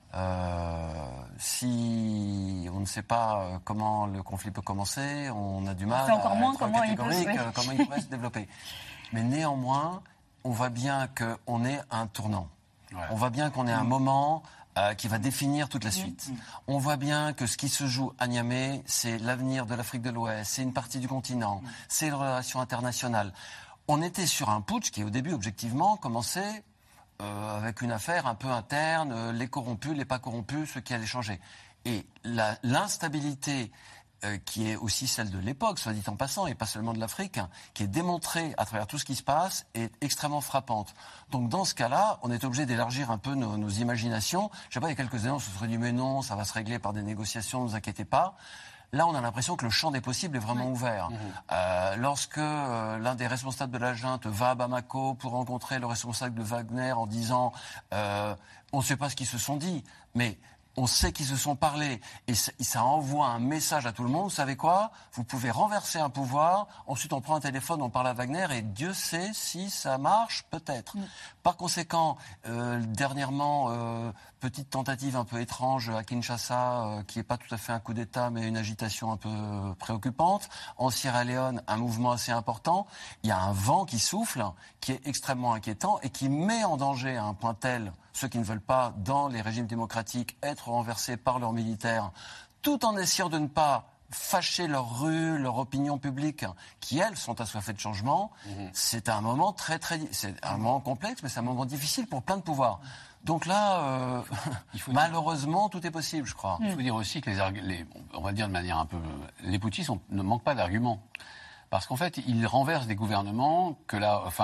Speaker 6: Si on ne sait pas comment le conflit peut commencer, on a du mal à être catégorique, comment il pourrait se développer. Mais néanmoins, on voit bien qu'on est un tournant. Ouais. On voit bien qu'on est un moment qui va définir toute la suite. On voit bien que ce qui se joue à Niamey, c'est l'avenir de l'Afrique de l'Ouest, c'est une partie du continent, c'est les relations internationales. On était sur un putsch qui, au début, objectivement, commençait avec une affaire un peu interne, les corrompus, les pas corrompus, ceux qui allaient changer. Et l'instabilité qui est aussi celle de l'époque, soit dit en passant, et pas seulement de l'Afrique, qui est démontrée à travers tout ce qui se passe, est extrêmement frappante. Donc dans ce cas-là, on est obligé d'élargir un peu nos imaginations. Je sais pas, il y a quelques années, on se serait dit mais non, ça va se régler par des négociations, ne vous inquiétez pas. Là, on a l'impression que le champ des possibles est vraiment ouvert. Lorsque l'un des responsables de la junte va à Bamako pour rencontrer le responsable de Wagner en disant on ne sait pas ce qu'ils se sont dit, mais on sait qu'ils se sont parlé, et ça envoie un message à tout le monde. Vous savez quoi? Vous pouvez renverser un pouvoir, ensuite on prend un téléphone, on parle à Wagner, et Dieu sait si ça marche, peut-être. Par conséquent, dernièrement, petite tentative un peu étrange à Kinshasa, qui n'est pas tout à fait un coup d'État, mais une agitation un peu préoccupante. En Sierra Leone, un mouvement assez important. Il y a un vent qui souffle, qui est extrêmement inquiétant, et qui met en danger à un point tel ceux qui ne veulent pas, dans les régimes démocratiques, être renversés par leurs militaires, tout en essayant de ne pas fâcher leur rue, leur opinion publique, qui, elles, sont assoiffées de changement. C'est un moment c'est un moment complexe, mais c'est un moment difficile pour plein de pouvoirs. Donc là, malheureusement, tout est possible, je crois.
Speaker 5: Il faut dire aussi que on va dire de manière un peu... Les putschistes ne manquent pas d'arguments. Parce qu'en fait, ils renversent des gouvernements que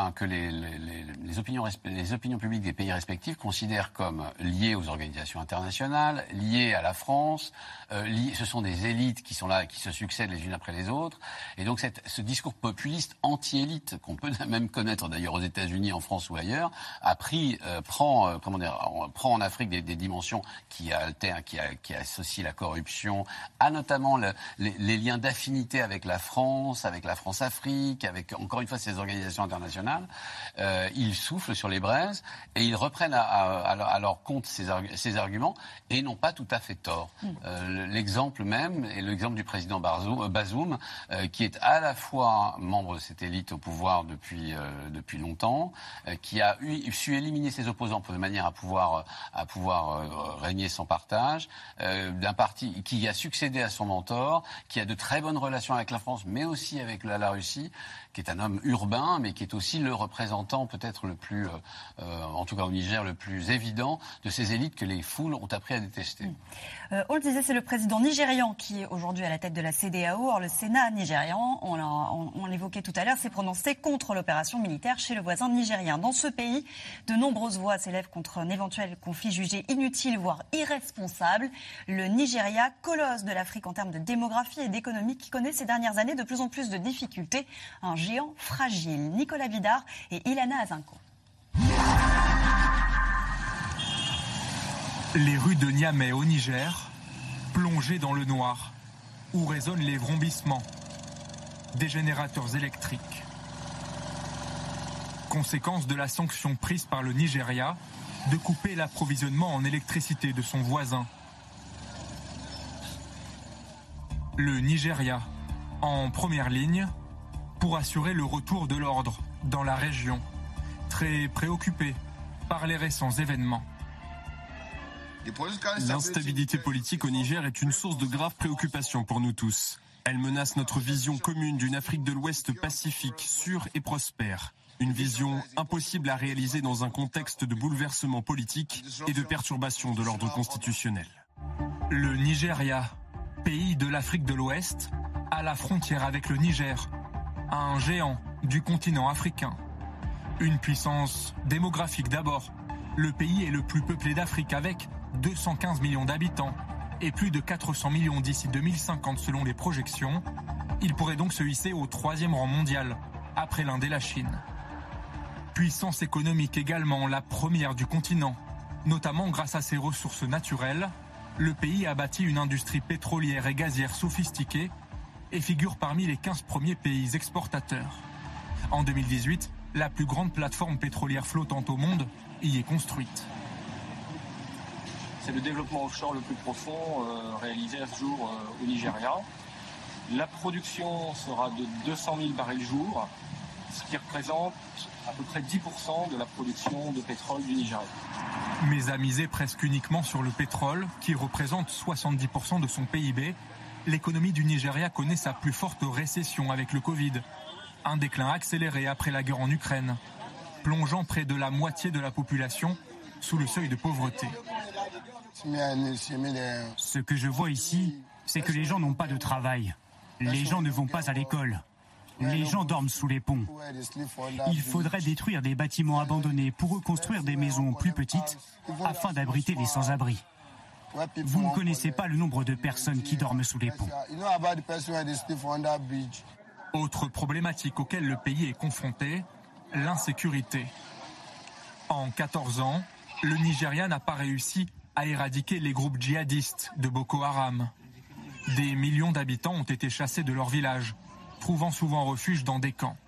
Speaker 5: les opinions publiques des pays respectifs considèrent comme liées aux organisations internationales, liées à la France. Ce sont des élites qui sont là, qui se succèdent les unes après les autres. Et donc, ce discours populiste anti-élite, qu'on peut même connaître d'ailleurs aux États-Unis, en France ou ailleurs, prend en Afrique des dimensions qui altèrent, qui associent la corruption à notamment les liens d'affinité avec la France France-Afrique, avec encore une fois ces organisations internationales, ils soufflent sur les braises et ils reprennent à leur compte ces arguments et n'ont pas tout à fait tort. L'exemple même est l'exemple du président Bazoum, qui est à la fois membre de cette élite au pouvoir depuis longtemps, qui a su éliminer ses opposants de manière à pouvoir régner sans partage, d'un parti qui a succédé à son mentor, qui a de très bonnes relations avec la France, mais aussi avec la Russie, qui est un homme urbain, mais qui est aussi le représentant peut-être le plus, en tout cas au Niger, le plus évident de ces élites que les foules ont appris à détester.
Speaker 2: On le disait, c'est le président nigérian qui est aujourd'hui à la tête de la CEDEAO. Or, le Sénat nigérian, on l'évoquait tout à l'heure, s'est prononcé contre l'opération militaire chez le voisin nigérien. Dans ce pays, de nombreuses voix s'élèvent contre un éventuel conflit jugé inutile, voire irresponsable. Le Nigeria, colosse de l'Afrique en termes de démographie et d'économie, qui connaît ces dernières années de plus en plus de difficultés. Un géant fragile. Nicolas Vidard et Ilana Azinko.
Speaker 14: Les rues de Niamey au Niger, plongées dans le noir, où résonnent les vrombissements des générateurs électriques. Conséquence de la sanction prise par le Nigeria de couper l'approvisionnement en électricité de son voisin. Le Nigeria, en première ligne, pour assurer le retour de l'ordre dans la région, très préoccupé par les récents événements.
Speaker 13: L'instabilité politique au Niger est une source de grave préoccupation pour nous tous. Elle menace notre vision commune d'une Afrique de l'Ouest pacifique, sûre et prospère. Une vision impossible à réaliser dans un contexte de bouleversement politique et de perturbation de l'ordre constitutionnel.
Speaker 14: Le Nigeria, pays de l'Afrique de l'Ouest, à la frontière avec le Niger, un géant du continent africain. Une puissance démographique d'abord. Le pays est le plus peuplé d'Afrique avec 215 millions d'habitants et plus de 400 millions d'ici 2050 selon les projections. Il pourrait donc se hisser au 3e rang mondial, après l'Inde et la Chine. Puissance économique également, la première du continent. Notamment grâce à ses ressources naturelles, le pays a bâti une industrie pétrolière et gazière sophistiquée et figure parmi les 15 premiers pays exportateurs. En 2018, la plus grande plateforme pétrolière flottante au monde y est construite.
Speaker 15: C'est le développement offshore le plus profond réalisé à ce jour au Nigeria. La production sera de 200 000 barils jour, ce qui représente à peu près 10% de la production de pétrole du Nigeria.
Speaker 14: Mais à miser presque uniquement sur le pétrole, qui représente 70% de son PIB, l'économie du Nigeria connaît sa plus forte récession avec le Covid. Un déclin accéléré après la guerre en Ukraine, plongeant près de la moitié de la population sous le seuil de pauvreté.
Speaker 12: Ce que je vois ici, c'est que les gens n'ont pas de travail. Les gens ne vont pas à l'école. Les gens dorment sous les ponts. Il faudrait détruire des bâtiments abandonnés pour reconstruire des maisons plus petites afin d'abriter les sans-abri. Vous ne connaissez pas le nombre de personnes qui dorment sous les ponts.
Speaker 14: Autre problématique auquel le pays est confronté, l'insécurité. En 14 ans, le Nigeria n'a pas réussi à éradiquer les groupes djihadistes de Boko Haram. Des millions d'habitants ont été chassés de leur village, trouvant souvent refuge dans des camps.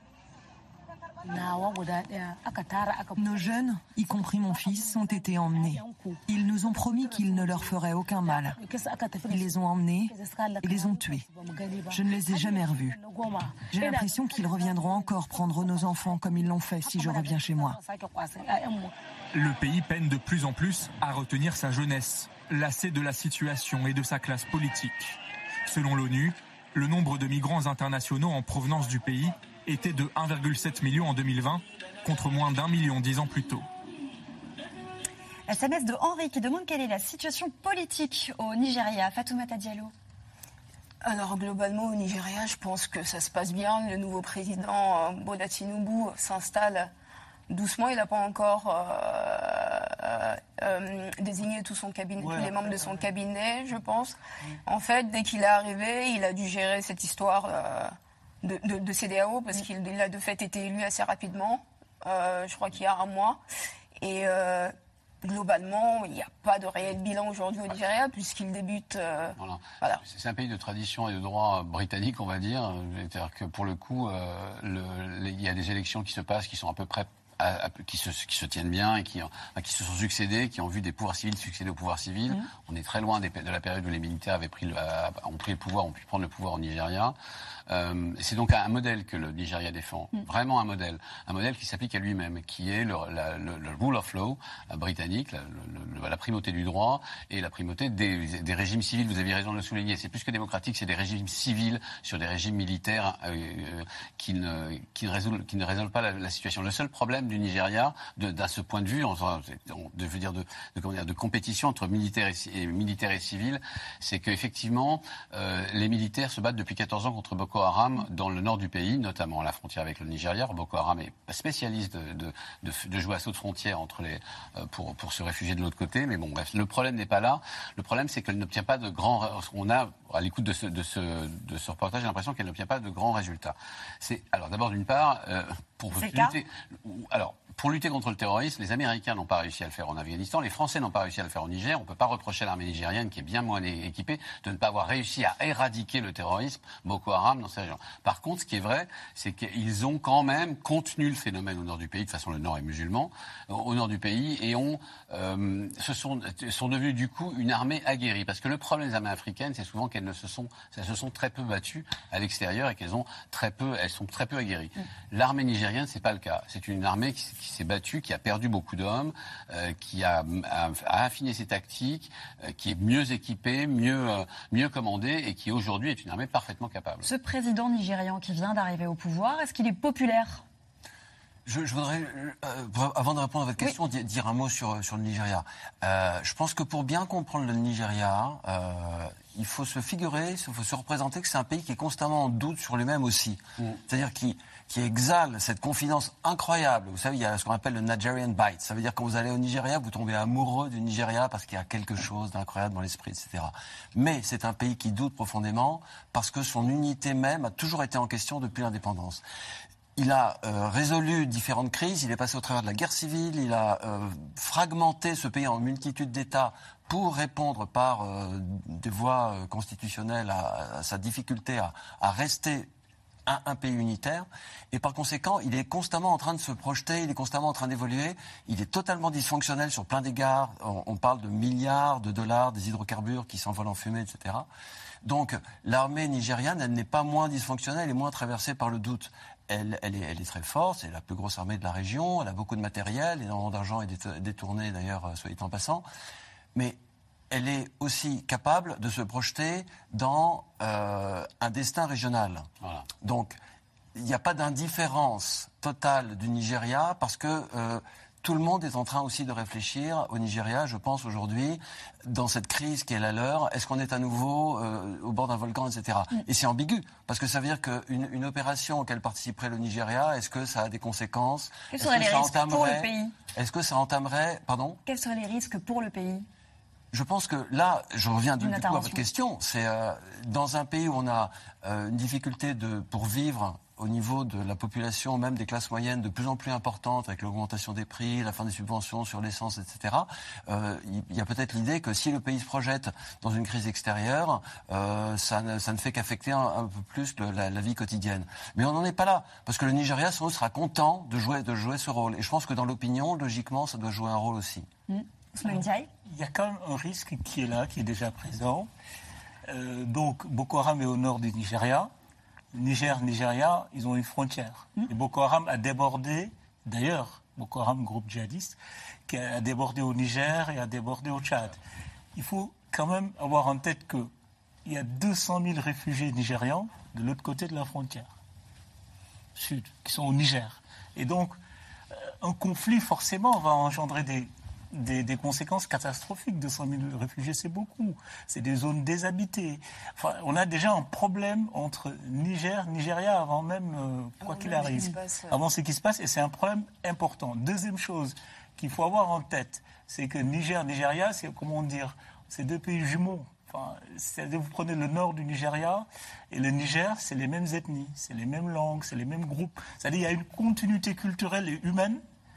Speaker 16: Nos jeunes, y compris mon fils, ont été emmenés. Ils nous ont promis qu'ils ne leur feraient aucun mal. Ils les ont emmenés et les ont tués. Je ne les ai jamais revus. J'ai l'impression qu'ils reviendront encore prendre nos enfants comme ils l'ont fait si je reviens chez moi.
Speaker 14: Le pays peine de plus en plus à retenir sa jeunesse, lassée de la situation et de sa classe politique. Selon l'ONU, le nombre de migrants internationaux en provenance du pays était de 1,7 million en 2020, contre moins d'1 million 10 ans plus tôt.
Speaker 2: SMS de Henri qui demande quelle est la situation politique au Nigeria. Fatoumata Diallo.
Speaker 4: Alors globalement au Nigeria, je pense que ça se passe bien. Le nouveau président Bola Tinubu s'installe doucement. Il n'a pas encore désigné tout son cabinet, tous les membres de son cabinet, je pense. En fait, dès qu'il est arrivé, il a dû gérer cette histoire de CEDEAO parce qu'il a de fait été élu assez rapidement, je crois qu'il y a un mois. Et globalement, il n'y a pas de réel bilan aujourd'hui au Nigeria puisqu'il débute.
Speaker 5: Voilà. C'est un pays de tradition et de droit britannique, on va dire. C'est-à-dire que pour le coup, il y a des élections qui se passent, qui sont à peu près qui se tiennent bien et qui se sont succédés, qui ont vu des pouvoirs civils succéder aux pouvoirs civils. On est très loin de la période où les militaires ont pris le pouvoir, ont pu prendre le pouvoir au Nigeria. C'est donc un modèle que le Nigeria défend, vraiment un modèle qui s'applique à lui-même, qui est le rule of law britannique, la primauté du droit et la primauté des régimes civils. Vous avez raison de le souligner, c'est plus que démocratique, c'est des régimes civils sur des régimes militaires qui ne résolvent pas la situation. Le seul problème du Nigeria, d'à ce point de vue, de compétition entre militaires et civils, c'est qu'effectivement, les militaires se battent depuis 14 ans contre Boko Haram dans le nord du pays, notamment à la frontière avec le Nigeria. Boko Haram est spécialiste de jouer à saut de frontière pour se réfugier de l'autre côté. Mais bon, bref, le problème n'est pas là. Le problème, c'est qu'elle n'obtient pas de grands. On a, à l'écoute de ce reportage, j'ai l'impression qu'elle n'obtient pas de grands résultats. Alors, d'abord, d'une part, pour lutter contre le terrorisme, les Américains n'ont pas réussi à le faire en Afghanistan, les Français n'ont pas réussi à le faire au Niger. On ne peut pas reprocher à l'armée nigérienne, qui est bien moins équipée, de ne pas avoir réussi à éradiquer le terrorisme, Boko Haram, dans ces régions. Par contre, ce qui est vrai, c'est qu'ils ont quand même contenu le phénomène au nord du pays. De toute façon, le nord est musulman, au nord du pays, et sont devenus du coup une armée aguerrie. Parce que le problème des armées africaines, c'est souvent qu'elles se sont très peu battues à l'extérieur et elles sont très peu aguerries. L'armée nigérienne, c'est pas le cas. C'est une armée s'est battu, qui a perdu beaucoup d'hommes, qui a affiné ses tactiques, qui est mieux équipé, mieux commandé et qui aujourd'hui est une armée parfaitement capable.
Speaker 2: Ce président nigérian qui vient d'arriver au pouvoir, est-ce qu'il est populaire ?
Speaker 6: Je voudrais, avant de répondre à votre question, dire un mot sur le Nigeria. Je pense que pour bien comprendre le Nigeria, il faut se figurer, il faut se représenter que c'est un pays qui est constamment en doute sur lui-même aussi. C'est-à-dire qui exhale cette confidence incroyable. Vous savez, il y a ce qu'on appelle le Nigerian bite. Ça veut dire que quand vous allez au Nigeria, vous tombez amoureux du Nigeria parce qu'il y a quelque chose d'incroyable dans l'esprit, etc. Mais c'est un pays qui doute profondément parce que son unité même a toujours été en question depuis l'indépendance. Il a résolu différentes crises, il est passé au travers de la guerre civile, il a fragmenté ce pays en multitude d'États pour répondre par des voies constitutionnelles à sa difficulté à rester un pays unitaire. Et par conséquent, il est constamment en train de se projeter, il est constamment en train d'évoluer, il est totalement dysfonctionnel sur plein d'égards. On parle de milliards de dollars, des hydrocarbures qui s'envolent en fumée, etc. Donc l'armée nigériane, elle n'est pas moins dysfonctionnelle et moins traversée par le doute. Elle est très forte, c'est la plus grosse armée de la région, elle a beaucoup de matériel, énormément d'argent est détourné d'ailleurs, soit dit en passant. Mais elle est aussi capable de se projeter dans un destin régional. Voilà. Donc il n'y a pas d'indifférence totale du Nigeria parce que tout le monde est en train aussi de réfléchir au Nigeria, je pense aujourd'hui, dans cette crise qui est la leur. Est-ce qu'on est à nouveau au bord d'un volcan, etc. Et c'est ambigu, parce que ça veut dire qu'une opération auquel participerait le Nigeria, est-ce que ça a des conséquences ?
Speaker 2: Quels seraient les risques pour le pays ?
Speaker 6: Est-ce que ça entamerait... Pardon ?
Speaker 2: Quels seraient les risques pour le pays ?
Speaker 6: Je pense que là, je reviens du coup à votre question, c'est dans un pays où on a une difficulté pour vivre au niveau de la population, même des classes moyennes de plus en plus importantes, avec l'augmentation des prix, la fin des subventions sur l'essence, etc. Il y a peut-être l'idée que si le pays se projette dans une crise extérieure, ça ne fait qu'affecter un peu plus la vie quotidienne. Mais on n'en est pas là, parce que le Nigeria sans doute sera content de jouer ce rôle. Et je pense que dans l'opinion, logiquement, ça doit jouer un rôle aussi.
Speaker 3: Il y a quand même un risque qui est là, qui est déjà présent. Donc Boko Haram est au nord du Nigeria. Nigeria, ils ont une frontière. Et Boko Haram a débordé, d'ailleurs, Boko Haram, groupe djihadiste, qui a débordé au Niger et a débordé au Tchad. Il faut quand même avoir en tête qu'il y a 200 000 réfugiés nigérians de l'autre côté de la frontière sud, qui sont au Niger. Et donc, un conflit, forcément, va engendrer des conséquences catastrophiques. 200 000 réfugiés, c'est beaucoup. C'est des zones déshabitées. Enfin, on a déjà un problème entre Nigeria, avant même, quoi qu'il arrive. Avant ce qui se passe, et c'est un problème important. Deuxième chose qu'il faut avoir en tête, c'est que Nigeria, c'est, comment dire, c'est deux pays jumeaux. Enfin, vous prenez le nord du Nigeria et le Niger, c'est les mêmes ethnies, c'est les mêmes langues, c'est les mêmes groupes. C'est-à-dire qu'il y a une continuité culturelle et humaine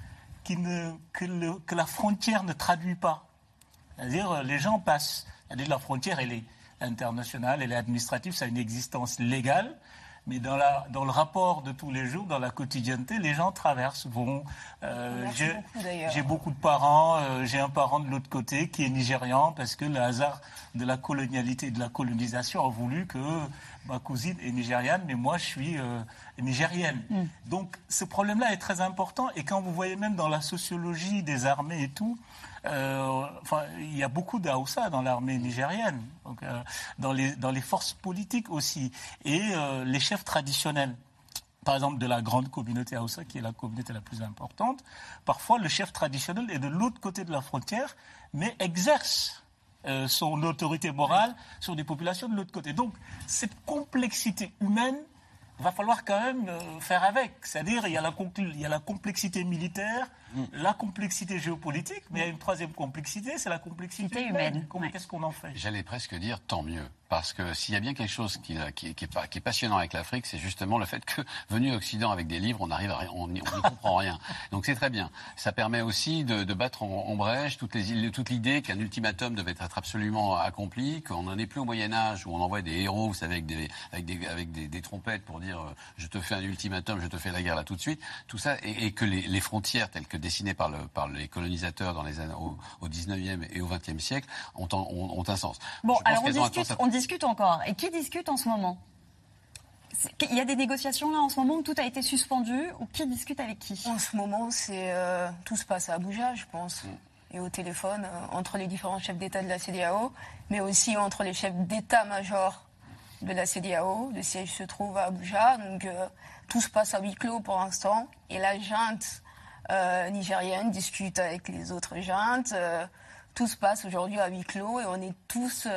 Speaker 3: que la frontière ne traduit pas. C'est-à-dire les gens passent. C'est-à-dire la frontière, elle est internationale, elle est administrative, ça a une existence légale, mais dans le rapport de tous les jours, dans la quotidienneté, les gens traversent, vont. J'ai beaucoup de parents, j'ai un parent de l'autre côté qui est nigérian parce que le hasard de la colonialité et de la colonisation a voulu que ma cousine est nigériane, mais moi je suis nigérienne. Donc ce problème-là est très important et quand vous voyez même dans la sociologie des armées et tout, il y a beaucoup d'Aoussa dans l'armée nigérienne, donc, dans les forces politiques aussi, et les chefs traditionnels. Par exemple, de la grande communauté Aoussa, qui est la communauté la plus importante, parfois le chef traditionnel est de l'autre côté de la frontière, mais exerce son autorité morale sur des populations de l'autre côté. Donc, cette complexité humaine, va falloir quand même faire avec. C'est-à-dire, il y a la complexité militaire, la complexité géopolitique, mais il y a une troisième complexité, c'est la complexité humaine. Qu'est-ce qu'on en fait ?
Speaker 5: J'allais presque dire tant mieux. Parce que s'il y a bien quelque chose qui est passionnant avec l'Afrique, c'est justement le fait que, venu à Occident avec des livres, on n'y comprend rien. Donc c'est très bien. Ça permet aussi de battre en brèche toute l'idée qu'un ultimatum devait être absolument accompli, qu'on n'en est plus au Moyen-Âge où on envoie des héros, vous savez, avec des trompettes pour dire je te fais un ultimatum, je te fais la guerre là tout de suite. Tout ça, et que les frontières telles que dessinées par les colonisateurs dans les années, au 19e et au 20e siècle ont un sens.
Speaker 2: Bon, alors on discute encore. Et qui discute en ce moment ? Il y a des négociations là en ce moment où tout a été suspendu, ou qui discute avec qui?
Speaker 4: En ce moment, tout se passe à Abuja, je pense. Et au téléphone, entre les différents chefs d'État de la CEDEAO, mais aussi entre les chefs d'État-major de la CEDEAO. Le siège se trouve à Abuja, donc tout se passe à huis clos pour l'instant. Et la junte nigérienne discute avec les autres juntes. Tout se passe aujourd'hui à huis clos et on est tous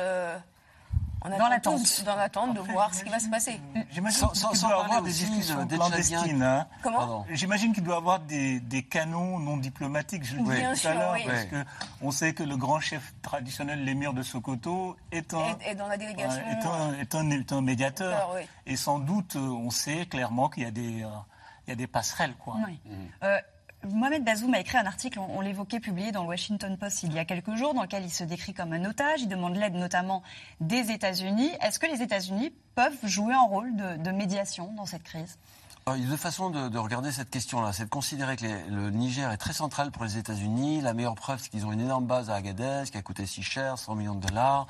Speaker 4: dans l'attente de voir ce qui va se passer.
Speaker 3: J'imagine qu'il doit y avoir des discussions clandestines.
Speaker 4: Comment ?
Speaker 3: J'imagine qu'il doit y avoir des canaux non diplomatiques, je le disais tout à l'heure, parce qu'on sait que le grand chef traditionnel, l'émir de Sokoto, est
Speaker 4: dans la délégation.
Speaker 3: Est un médiateur. Et sans doute, on sait clairement qu'il y a des passerelles, quoi.
Speaker 2: Oui. Mohamed Bazoum a écrit un article, on l'évoquait, publié dans le Washington Post il y a quelques jours, dans lequel il se décrit comme un otage. Il demande l'aide notamment des États-Unis. Est-ce que les États-Unis peuvent jouer un rôle de médiation dans cette crise ?
Speaker 6: Alors, il y a deux façons de regarder cette question-là. C'est de considérer que le Niger est très central pour les États-Unis. La meilleure preuve, c'est qu'ils ont une énorme base à Agadez, qui a coûté si cher, 100 millions de dollars,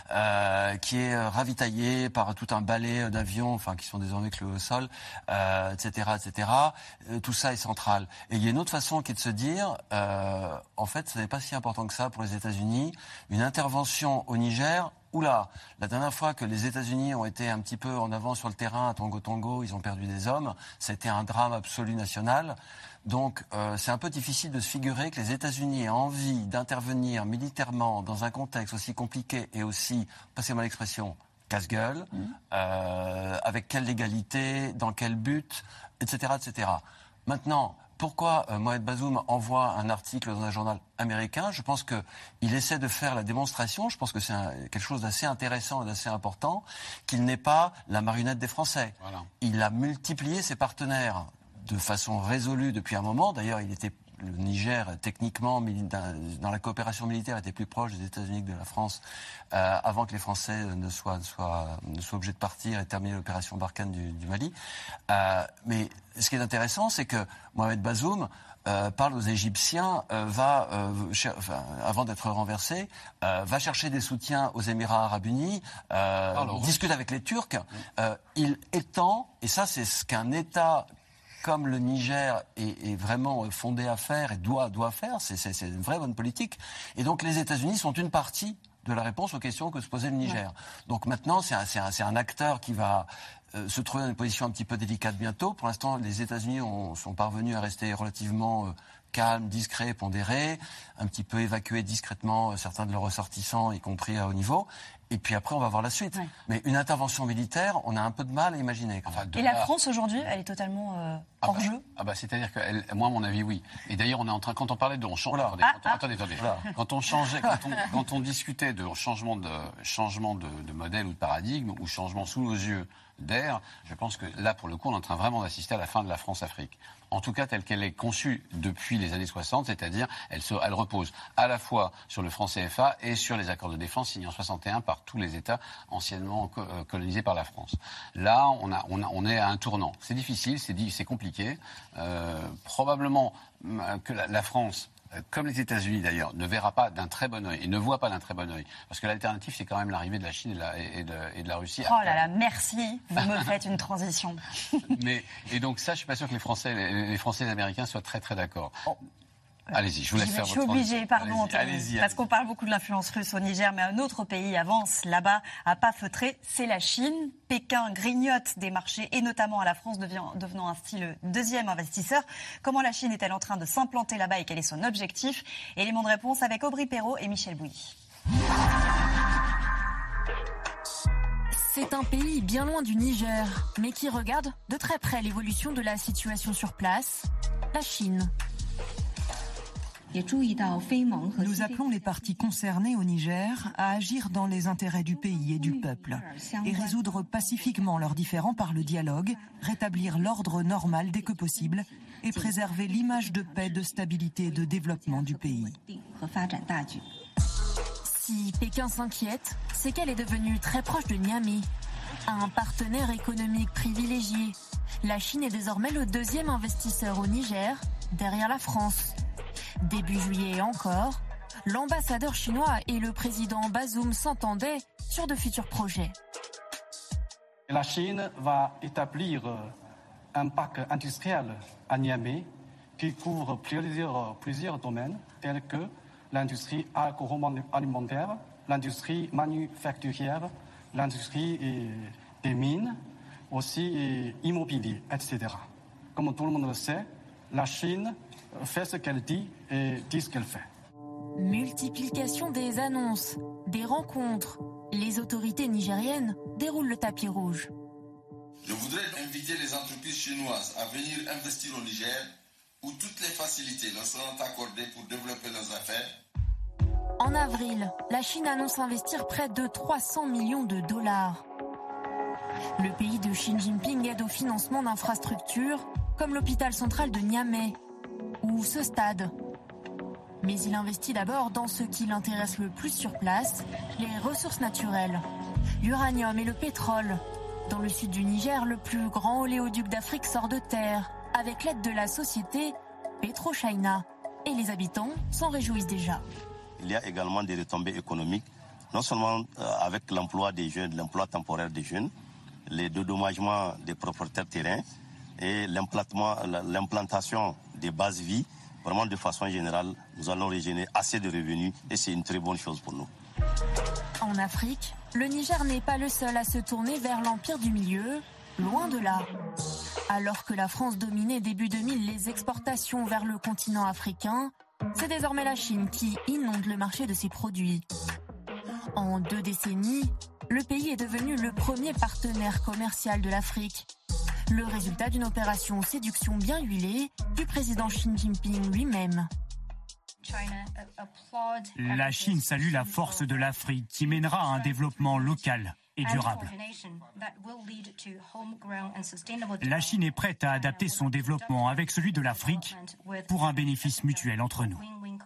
Speaker 6: qui est ravitaillée par tout un balai d'avions, qui sont désormais cloués au sol, etc., etc. Tout ça est central. Et il y a une autre façon qui est de se dire, en fait, ce n'est pas si important que ça pour les États-Unis. Une intervention au Niger. Oula, la dernière fois que les États-Unis ont été un petit peu en avant sur le terrain à Tongo, ils ont perdu des hommes. C'était un drame absolu national. Donc, c'est un peu difficile de se figurer que les États-Unis aient envie d'intervenir militairement dans un contexte aussi compliqué et aussi, passez-moi l'expression, casse-gueule, avec quelle légalité, dans quel but, etc., etc. Maintenant, pourquoi Mohamed Bazoum envoie un article dans un journal américain ? Je pense qu'il essaie de faire la démonstration, je pense que c'est quelque chose d'assez intéressant et d'assez important, qu'il n'est pas la marionnette des Français. Voilà. Il a multiplié ses partenaires de façon résolue depuis un moment. D'ailleurs, le Niger, techniquement, dans la coopération militaire, était plus proche des États-Unis que de la France avant que les Français ne soient obligés de partir et terminer l'opération Barkhane du Mali. Mais ce qui est intéressant, c'est que Mohamed Bazoum parle aux Égyptiens, avant d'être renversé, va chercher des soutiens aux Émirats Arabes Unis, discute avec les Turcs. Il étend, et ça c'est ce qu'un État comme le Niger est vraiment fondé à faire et doit faire, c'est une vraie bonne politique. Et donc les États-Unis sont une partie de la réponse aux questions que se posait le Niger. Ouais. Donc maintenant, c'est un acteur qui va se trouver dans une position un petit peu délicate bientôt. Pour l'instant, les États-Unis sont parvenus à rester relativement calmes, discrets, pondérés, un petit peu évacuer discrètement certains de leurs ressortissants, y compris à haut niveau. Et puis après, on va voir la suite. Ouais. Mais une intervention militaire, on a un peu de mal à imaginer.
Speaker 2: Et la France, aujourd'hui, elle est totalement hors jeu.
Speaker 5: C'est-à-dire que, moi, à mon avis, oui. Et d'ailleurs, on est en train, quand on parlait de... Attendez. Quand on discutait de changement de modèle ou de paradigme, ou changement sous nos yeux d'air, je pense que là, pour le coup, on est en train vraiment d'assister à la fin de la France-Afrique. En tout cas, telle qu'elle est conçue depuis les années 60, c'est-à-dire elle repose à la fois sur le franc CFA et sur les accords de défense signés en 61 par tous les États anciennement colonisés par la France. Là, on est à un tournant. C'est difficile, c'est compliqué. Probablement que la France, comme les États-Unis d'ailleurs, ne verra pas d'un très bon œil et ne voit pas d'un très bon œil. Parce que l'alternative, c'est quand même l'arrivée de la Chine et de la Russie.
Speaker 2: Oh là là, merci, vous me faites une transition.
Speaker 5: Et donc ça, je suis pas sûr que les Français et les Américains soient très très d'accord. Allez-y, je vous laisse faire votre transition.
Speaker 2: Je suis obligée, pardon,
Speaker 5: allez-y.
Speaker 2: Parce qu'on parle beaucoup de l'influence russe au Niger, mais un autre pays avance là-bas à pas feutrer, c'est la Chine. Pékin grignote des marchés, et notamment à la France, devenant ainsi le deuxième investisseur. Comment la Chine est-elle en train de s'implanter là-bas et quel est son objectif ? Élément de réponse avec Aubry Perrault et Michel Bouilly.
Speaker 7: C'est un pays bien loin du Niger, mais qui regarde de très près l'évolution de la situation sur place, la Chine.
Speaker 16: Nous appelons les parties concernées au Niger à agir dans les intérêts du pays et du peuple et résoudre pacifiquement leurs différends par le dialogue, rétablir l'ordre normal dès que possible et préserver l'image de paix, de stabilité et de développement du pays.
Speaker 7: Si Pékin s'inquiète, c'est qu'elle est devenue très proche de Niamey, un partenaire économique privilégié. La Chine est désormais le deuxième investisseur au Niger, derrière la France. Début juillet encore, l'ambassadeur chinois et le président Bazoum s'entendaient sur de futurs projets.
Speaker 17: La Chine va établir un parc industriel à Niamey qui couvre plusieurs domaines tels que l'industrie agroalimentaire, l'industrie manufacturière, l'industrie des mines, aussi immobilier, etc. Comme tout le monde le sait, la Chine fait ce qu'elle dit et dit ce qu'elle fait.
Speaker 18: Multiplication des annonces, des rencontres. Les autorités nigériennes déroulent le tapis rouge.
Speaker 19: Je voudrais inviter les entreprises chinoises à venir investir au Niger, où toutes les facilités leur seront accordées pour développer leurs affaires.
Speaker 18: En avril, la Chine annonce investir près de 300 millions de dollars. Le pays de Xi Jinping aide au financement d'infrastructures comme l'hôpital central de Niamey ou ce stade. Mais il investit d'abord dans ce qui l'intéresse le plus sur place, les ressources naturelles, l'uranium et le pétrole. Dans le sud du Niger, le plus grand oléoduc d'Afrique sort de terre, avec l'aide de la société PetroChina. Et les habitants s'en réjouissent déjà.
Speaker 20: Il y a également des retombées économiques, non seulement avec l'emploi des jeunes, l'emploi temporaire des jeunes, les dédommagements des propriétaires terrains et l'implantation des bases vie. Vraiment, de façon générale, nous allons régénérer assez de revenus et c'est une très bonne chose pour nous.
Speaker 18: En Afrique, le Niger n'est pas le seul à se tourner vers l'Empire du Milieu, loin de là. Alors que la France dominait début 2000 les exportations vers le continent africain, c'est désormais la Chine qui inonde le marché de ses produits. En 2 décennies, le pays est devenu le premier partenaire commercial de l'Afrique. Le résultat d'une opération séduction bien huilée du président Xi Jinping lui-même.
Speaker 12: La Chine salue la force de l'Afrique qui mènera à un développement local et durable. La Chine est prête à adapter son développement avec celui de l'Afrique pour un bénéfice mutuel entre nous.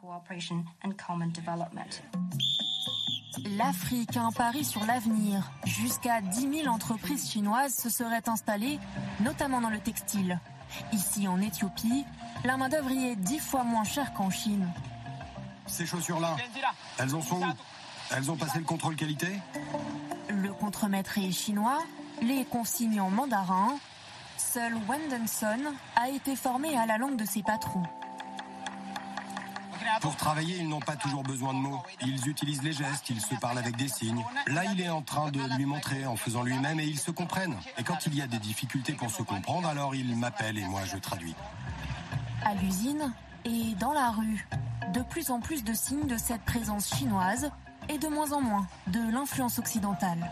Speaker 18: L'Afrique, un pari sur l'avenir. Jusqu'à 10 000 entreprises chinoises se seraient installées, notamment dans le textile. Ici, en Éthiopie, la main-d'œuvre y est 10 fois moins chère qu'en Chine.
Speaker 21: Ces chaussures-là, elles en sont où? Elles ont passé le contrôle qualité?
Speaker 18: Le contremaître est chinois, les consignes en mandarin. Seul Wendenson a été formé à la langue de ses patrons.
Speaker 21: Pour travailler, ils n'ont pas toujours besoin de mots. Ils utilisent les gestes, ils se parlent avec des signes. Là, il est en train de lui montrer en faisant lui-même et ils se comprennent. Et quand il y a des difficultés pour se comprendre, alors il m'appelle et moi je traduis.
Speaker 18: À l'usine et dans la rue, de plus en plus de signes de cette présence chinoise et de moins en moins de l'influence occidentale.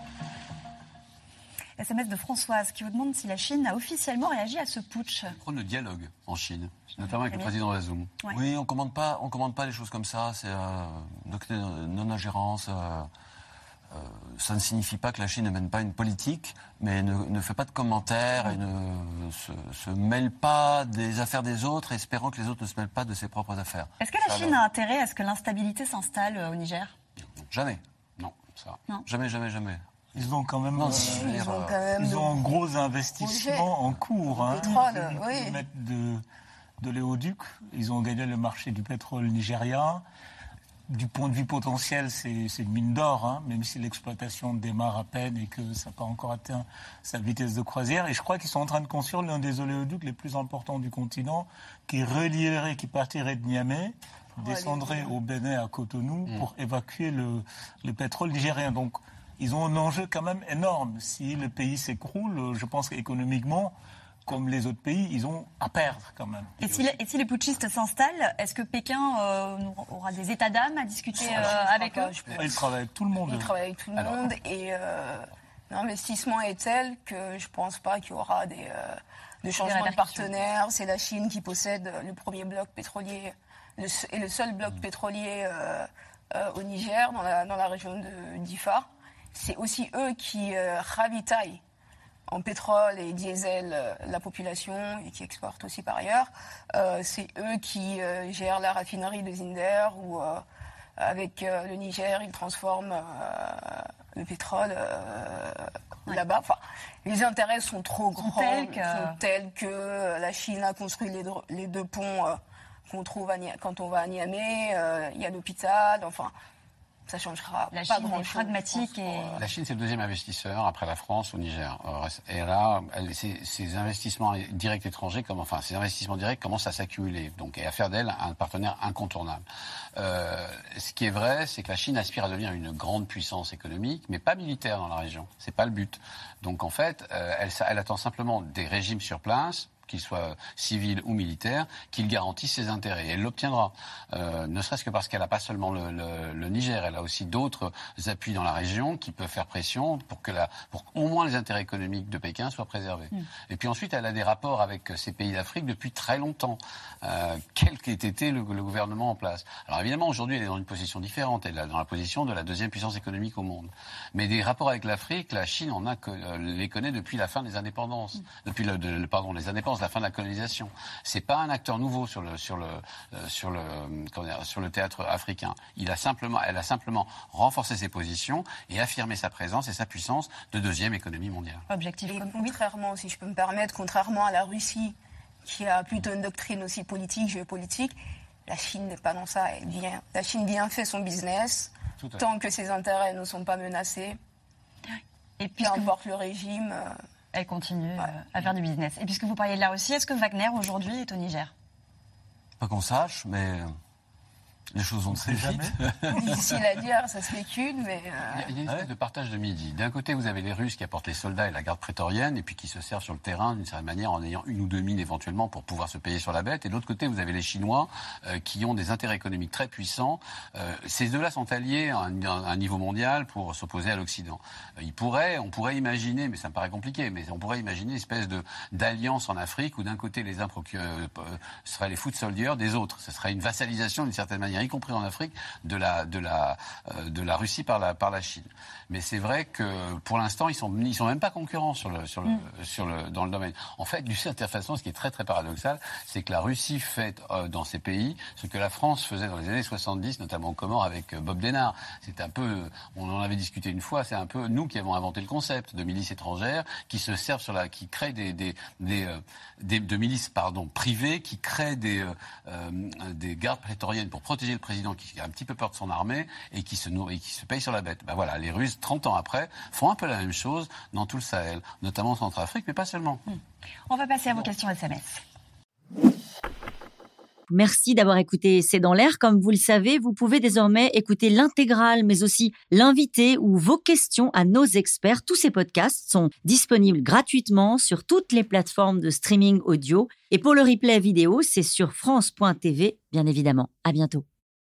Speaker 2: SMS de Françoise qui vous demande si la Chine a officiellement réagi à ce putsch.
Speaker 5: On prend le dialogue en Chine, notamment avec le président Bazoum.
Speaker 6: Ouais. Oui, on commande pas les choses comme ça. C'est doctrine non-ingérence. Ça ne signifie pas que la Chine ne mène pas une politique, mais ne fait pas de commentaires et ne se mêle pas des affaires des autres, espérant que les autres ne se mêlent pas de ses propres affaires.
Speaker 2: Est-ce que la Chine a intérêt à ce que l'instabilité s'installe au Niger?
Speaker 5: Jamais. Non, ça.
Speaker 2: Non.
Speaker 5: Jamais.
Speaker 3: Ils ont quand même,
Speaker 4: ils
Speaker 3: ont un gros investissement en cours.
Speaker 4: Pétrole, oui.
Speaker 3: Ils mettent de l'éoduc. Ils ont gagné le marché du pétrole nigérien. Du point de vue potentiel, c'est une mine d'or, même si l'exploitation démarre à peine et que ça n'a pas encore atteint sa vitesse de croisière. Et je crois qu'ils sont en train de construire l'un des oléoducs les plus importants du continent, qui partirait de Niamey, descendrait au Bénin à Cotonou pour évacuer le pétrole nigérien. Donc, ils ont un enjeu quand même énorme. Si le pays s'écroule, je pense qu'économiquement, comme les autres pays, ils ont à perdre quand même.
Speaker 2: Et si les putschistes s'installent, est-ce que Pékin aura des états d'âme à discuter avec eux?
Speaker 3: Ils travaillent avec tout le monde.
Speaker 4: Ils travaillent avec tout le monde et l'investissement est tel que je ne pense pas qu'il y aura de changement de partenaire. C'est la Chine qui possède le premier bloc pétrolier et le seul bloc pétrolier au Niger, dans la région de Difa. C'est aussi eux qui ravitaillent en pétrole et diesel la population et qui exportent aussi par ailleurs. C'est eux qui gèrent la raffinerie de Zinder où avec le Niger, ils transforment le pétrole là-bas. Enfin, les intérêts sont trop grands, tels que la Chine a construit les 2 ponts qu'on trouve quand on va à Niamey, il y a l'hôpital, enfin... ça changera
Speaker 2: la
Speaker 4: pas
Speaker 2: Chine
Speaker 4: grand-chose.
Speaker 2: Est pragmatique
Speaker 5: La Chine, c'est le deuxième investisseur après la France au Niger. Et là, ces investissements directs étrangers, ces investissements directs commencent à s'accumuler, donc et à faire d'elle un partenaire incontournable. Ce qui est vrai, c'est que la Chine aspire à devenir une grande puissance économique, mais pas militaire dans la région. C'est pas le but. Donc en fait, elle attend simplement des régimes sur place, qu'ils soient civils ou militaires, qu'ils garantissent ses intérêts. Et elle l'obtiendra. Ne serait-ce que parce qu'elle n'a pas seulement le Niger, elle a aussi d'autres appuis dans la région qui peuvent faire pression pour au moins les intérêts économiques de Pékin soient préservés. Et puis ensuite, elle a des rapports avec ces pays d'Afrique depuis très longtemps, quel qu'ait été le gouvernement en place. Alors évidemment, aujourd'hui, elle est dans une position différente. Elle est dans la position de la deuxième puissance économique au monde. Mais des rapports avec l'Afrique, la Chine les connaît depuis la fin des indépendances. Depuis les indépendances, la fin de la colonisation. C'est pas un acteur nouveau sur le théâtre africain. Elle a simplement renforcé ses positions et affirmé sa présence et sa puissance de deuxième économie mondiale.
Speaker 4: Objectif. Et contrairement, si je peux me permettre, contrairement à la Russie, qui a plutôt une doctrine aussi politique, géopolitique, la Chine n'est pas dans ça. La Chine vient faire son business tant que ses intérêts ne sont pas menacés.
Speaker 2: Et puis,
Speaker 4: peu importe le régime.
Speaker 2: Elle continue à faire du business. Et puisque vous parliez de la Russie, est-ce que Wagner aujourd'hui est au Niger ?
Speaker 6: Pas qu'on sache, mais les choses vont très vite.
Speaker 4: Difficile à dire, ça spécule, mais...
Speaker 5: Il y a une espèce de partage de midi. D'un côté, vous avez les Russes qui apportent les soldats et la garde prétorienne, et puis qui se servent sur le terrain d'une certaine manière en ayant une ou deux mines éventuellement pour pouvoir se payer sur la bête. Et de l'autre côté, vous avez les Chinois qui ont des intérêts économiques très puissants. Ces deux-là sont alliés à un niveau mondial pour s'opposer à l'Occident. On pourrait imaginer, mais ça me paraît compliqué, mais on pourrait imaginer une espèce d'alliance en Afrique où d'un côté, les uns seraient les foot soldiers des autres. Ce serait une vassalisation d'une certaine manière, y compris en Afrique, de la Russie par la Chine. Mais c'est vrai que pour l'instant, ils sont même pas concurrents dans le domaine. En fait, d'une certaine façon, ce qui est très très paradoxal, c'est que la Russie fait dans ces pays ce que la France faisait dans les années 70, notamment aux Comores avec Bob Denard. C'est un peu, on en avait discuté une fois, c'est un peu nous qui avons inventé le concept de milices étrangères qui se servent qui créent de milices privées, qui créent des gardes prétoriennes pour protéger le président qui a un petit peu peur de son armée et qui se paye sur la bête. Voilà, les Russes, 30 ans après, font un peu la même chose dans tout le Sahel, notamment en Centrafrique, mais pas seulement.
Speaker 2: On va passer à vos questions SMS.
Speaker 1: Merci d'avoir écouté C'est dans l'air. Comme vous le savez, vous pouvez désormais écouter l'intégrale, mais aussi l'invité ou vos questions à nos experts. Tous ces podcasts sont disponibles gratuitement sur toutes les plateformes de streaming audio. Et pour le replay vidéo, c'est sur France.tv, bien évidemment. À bientôt.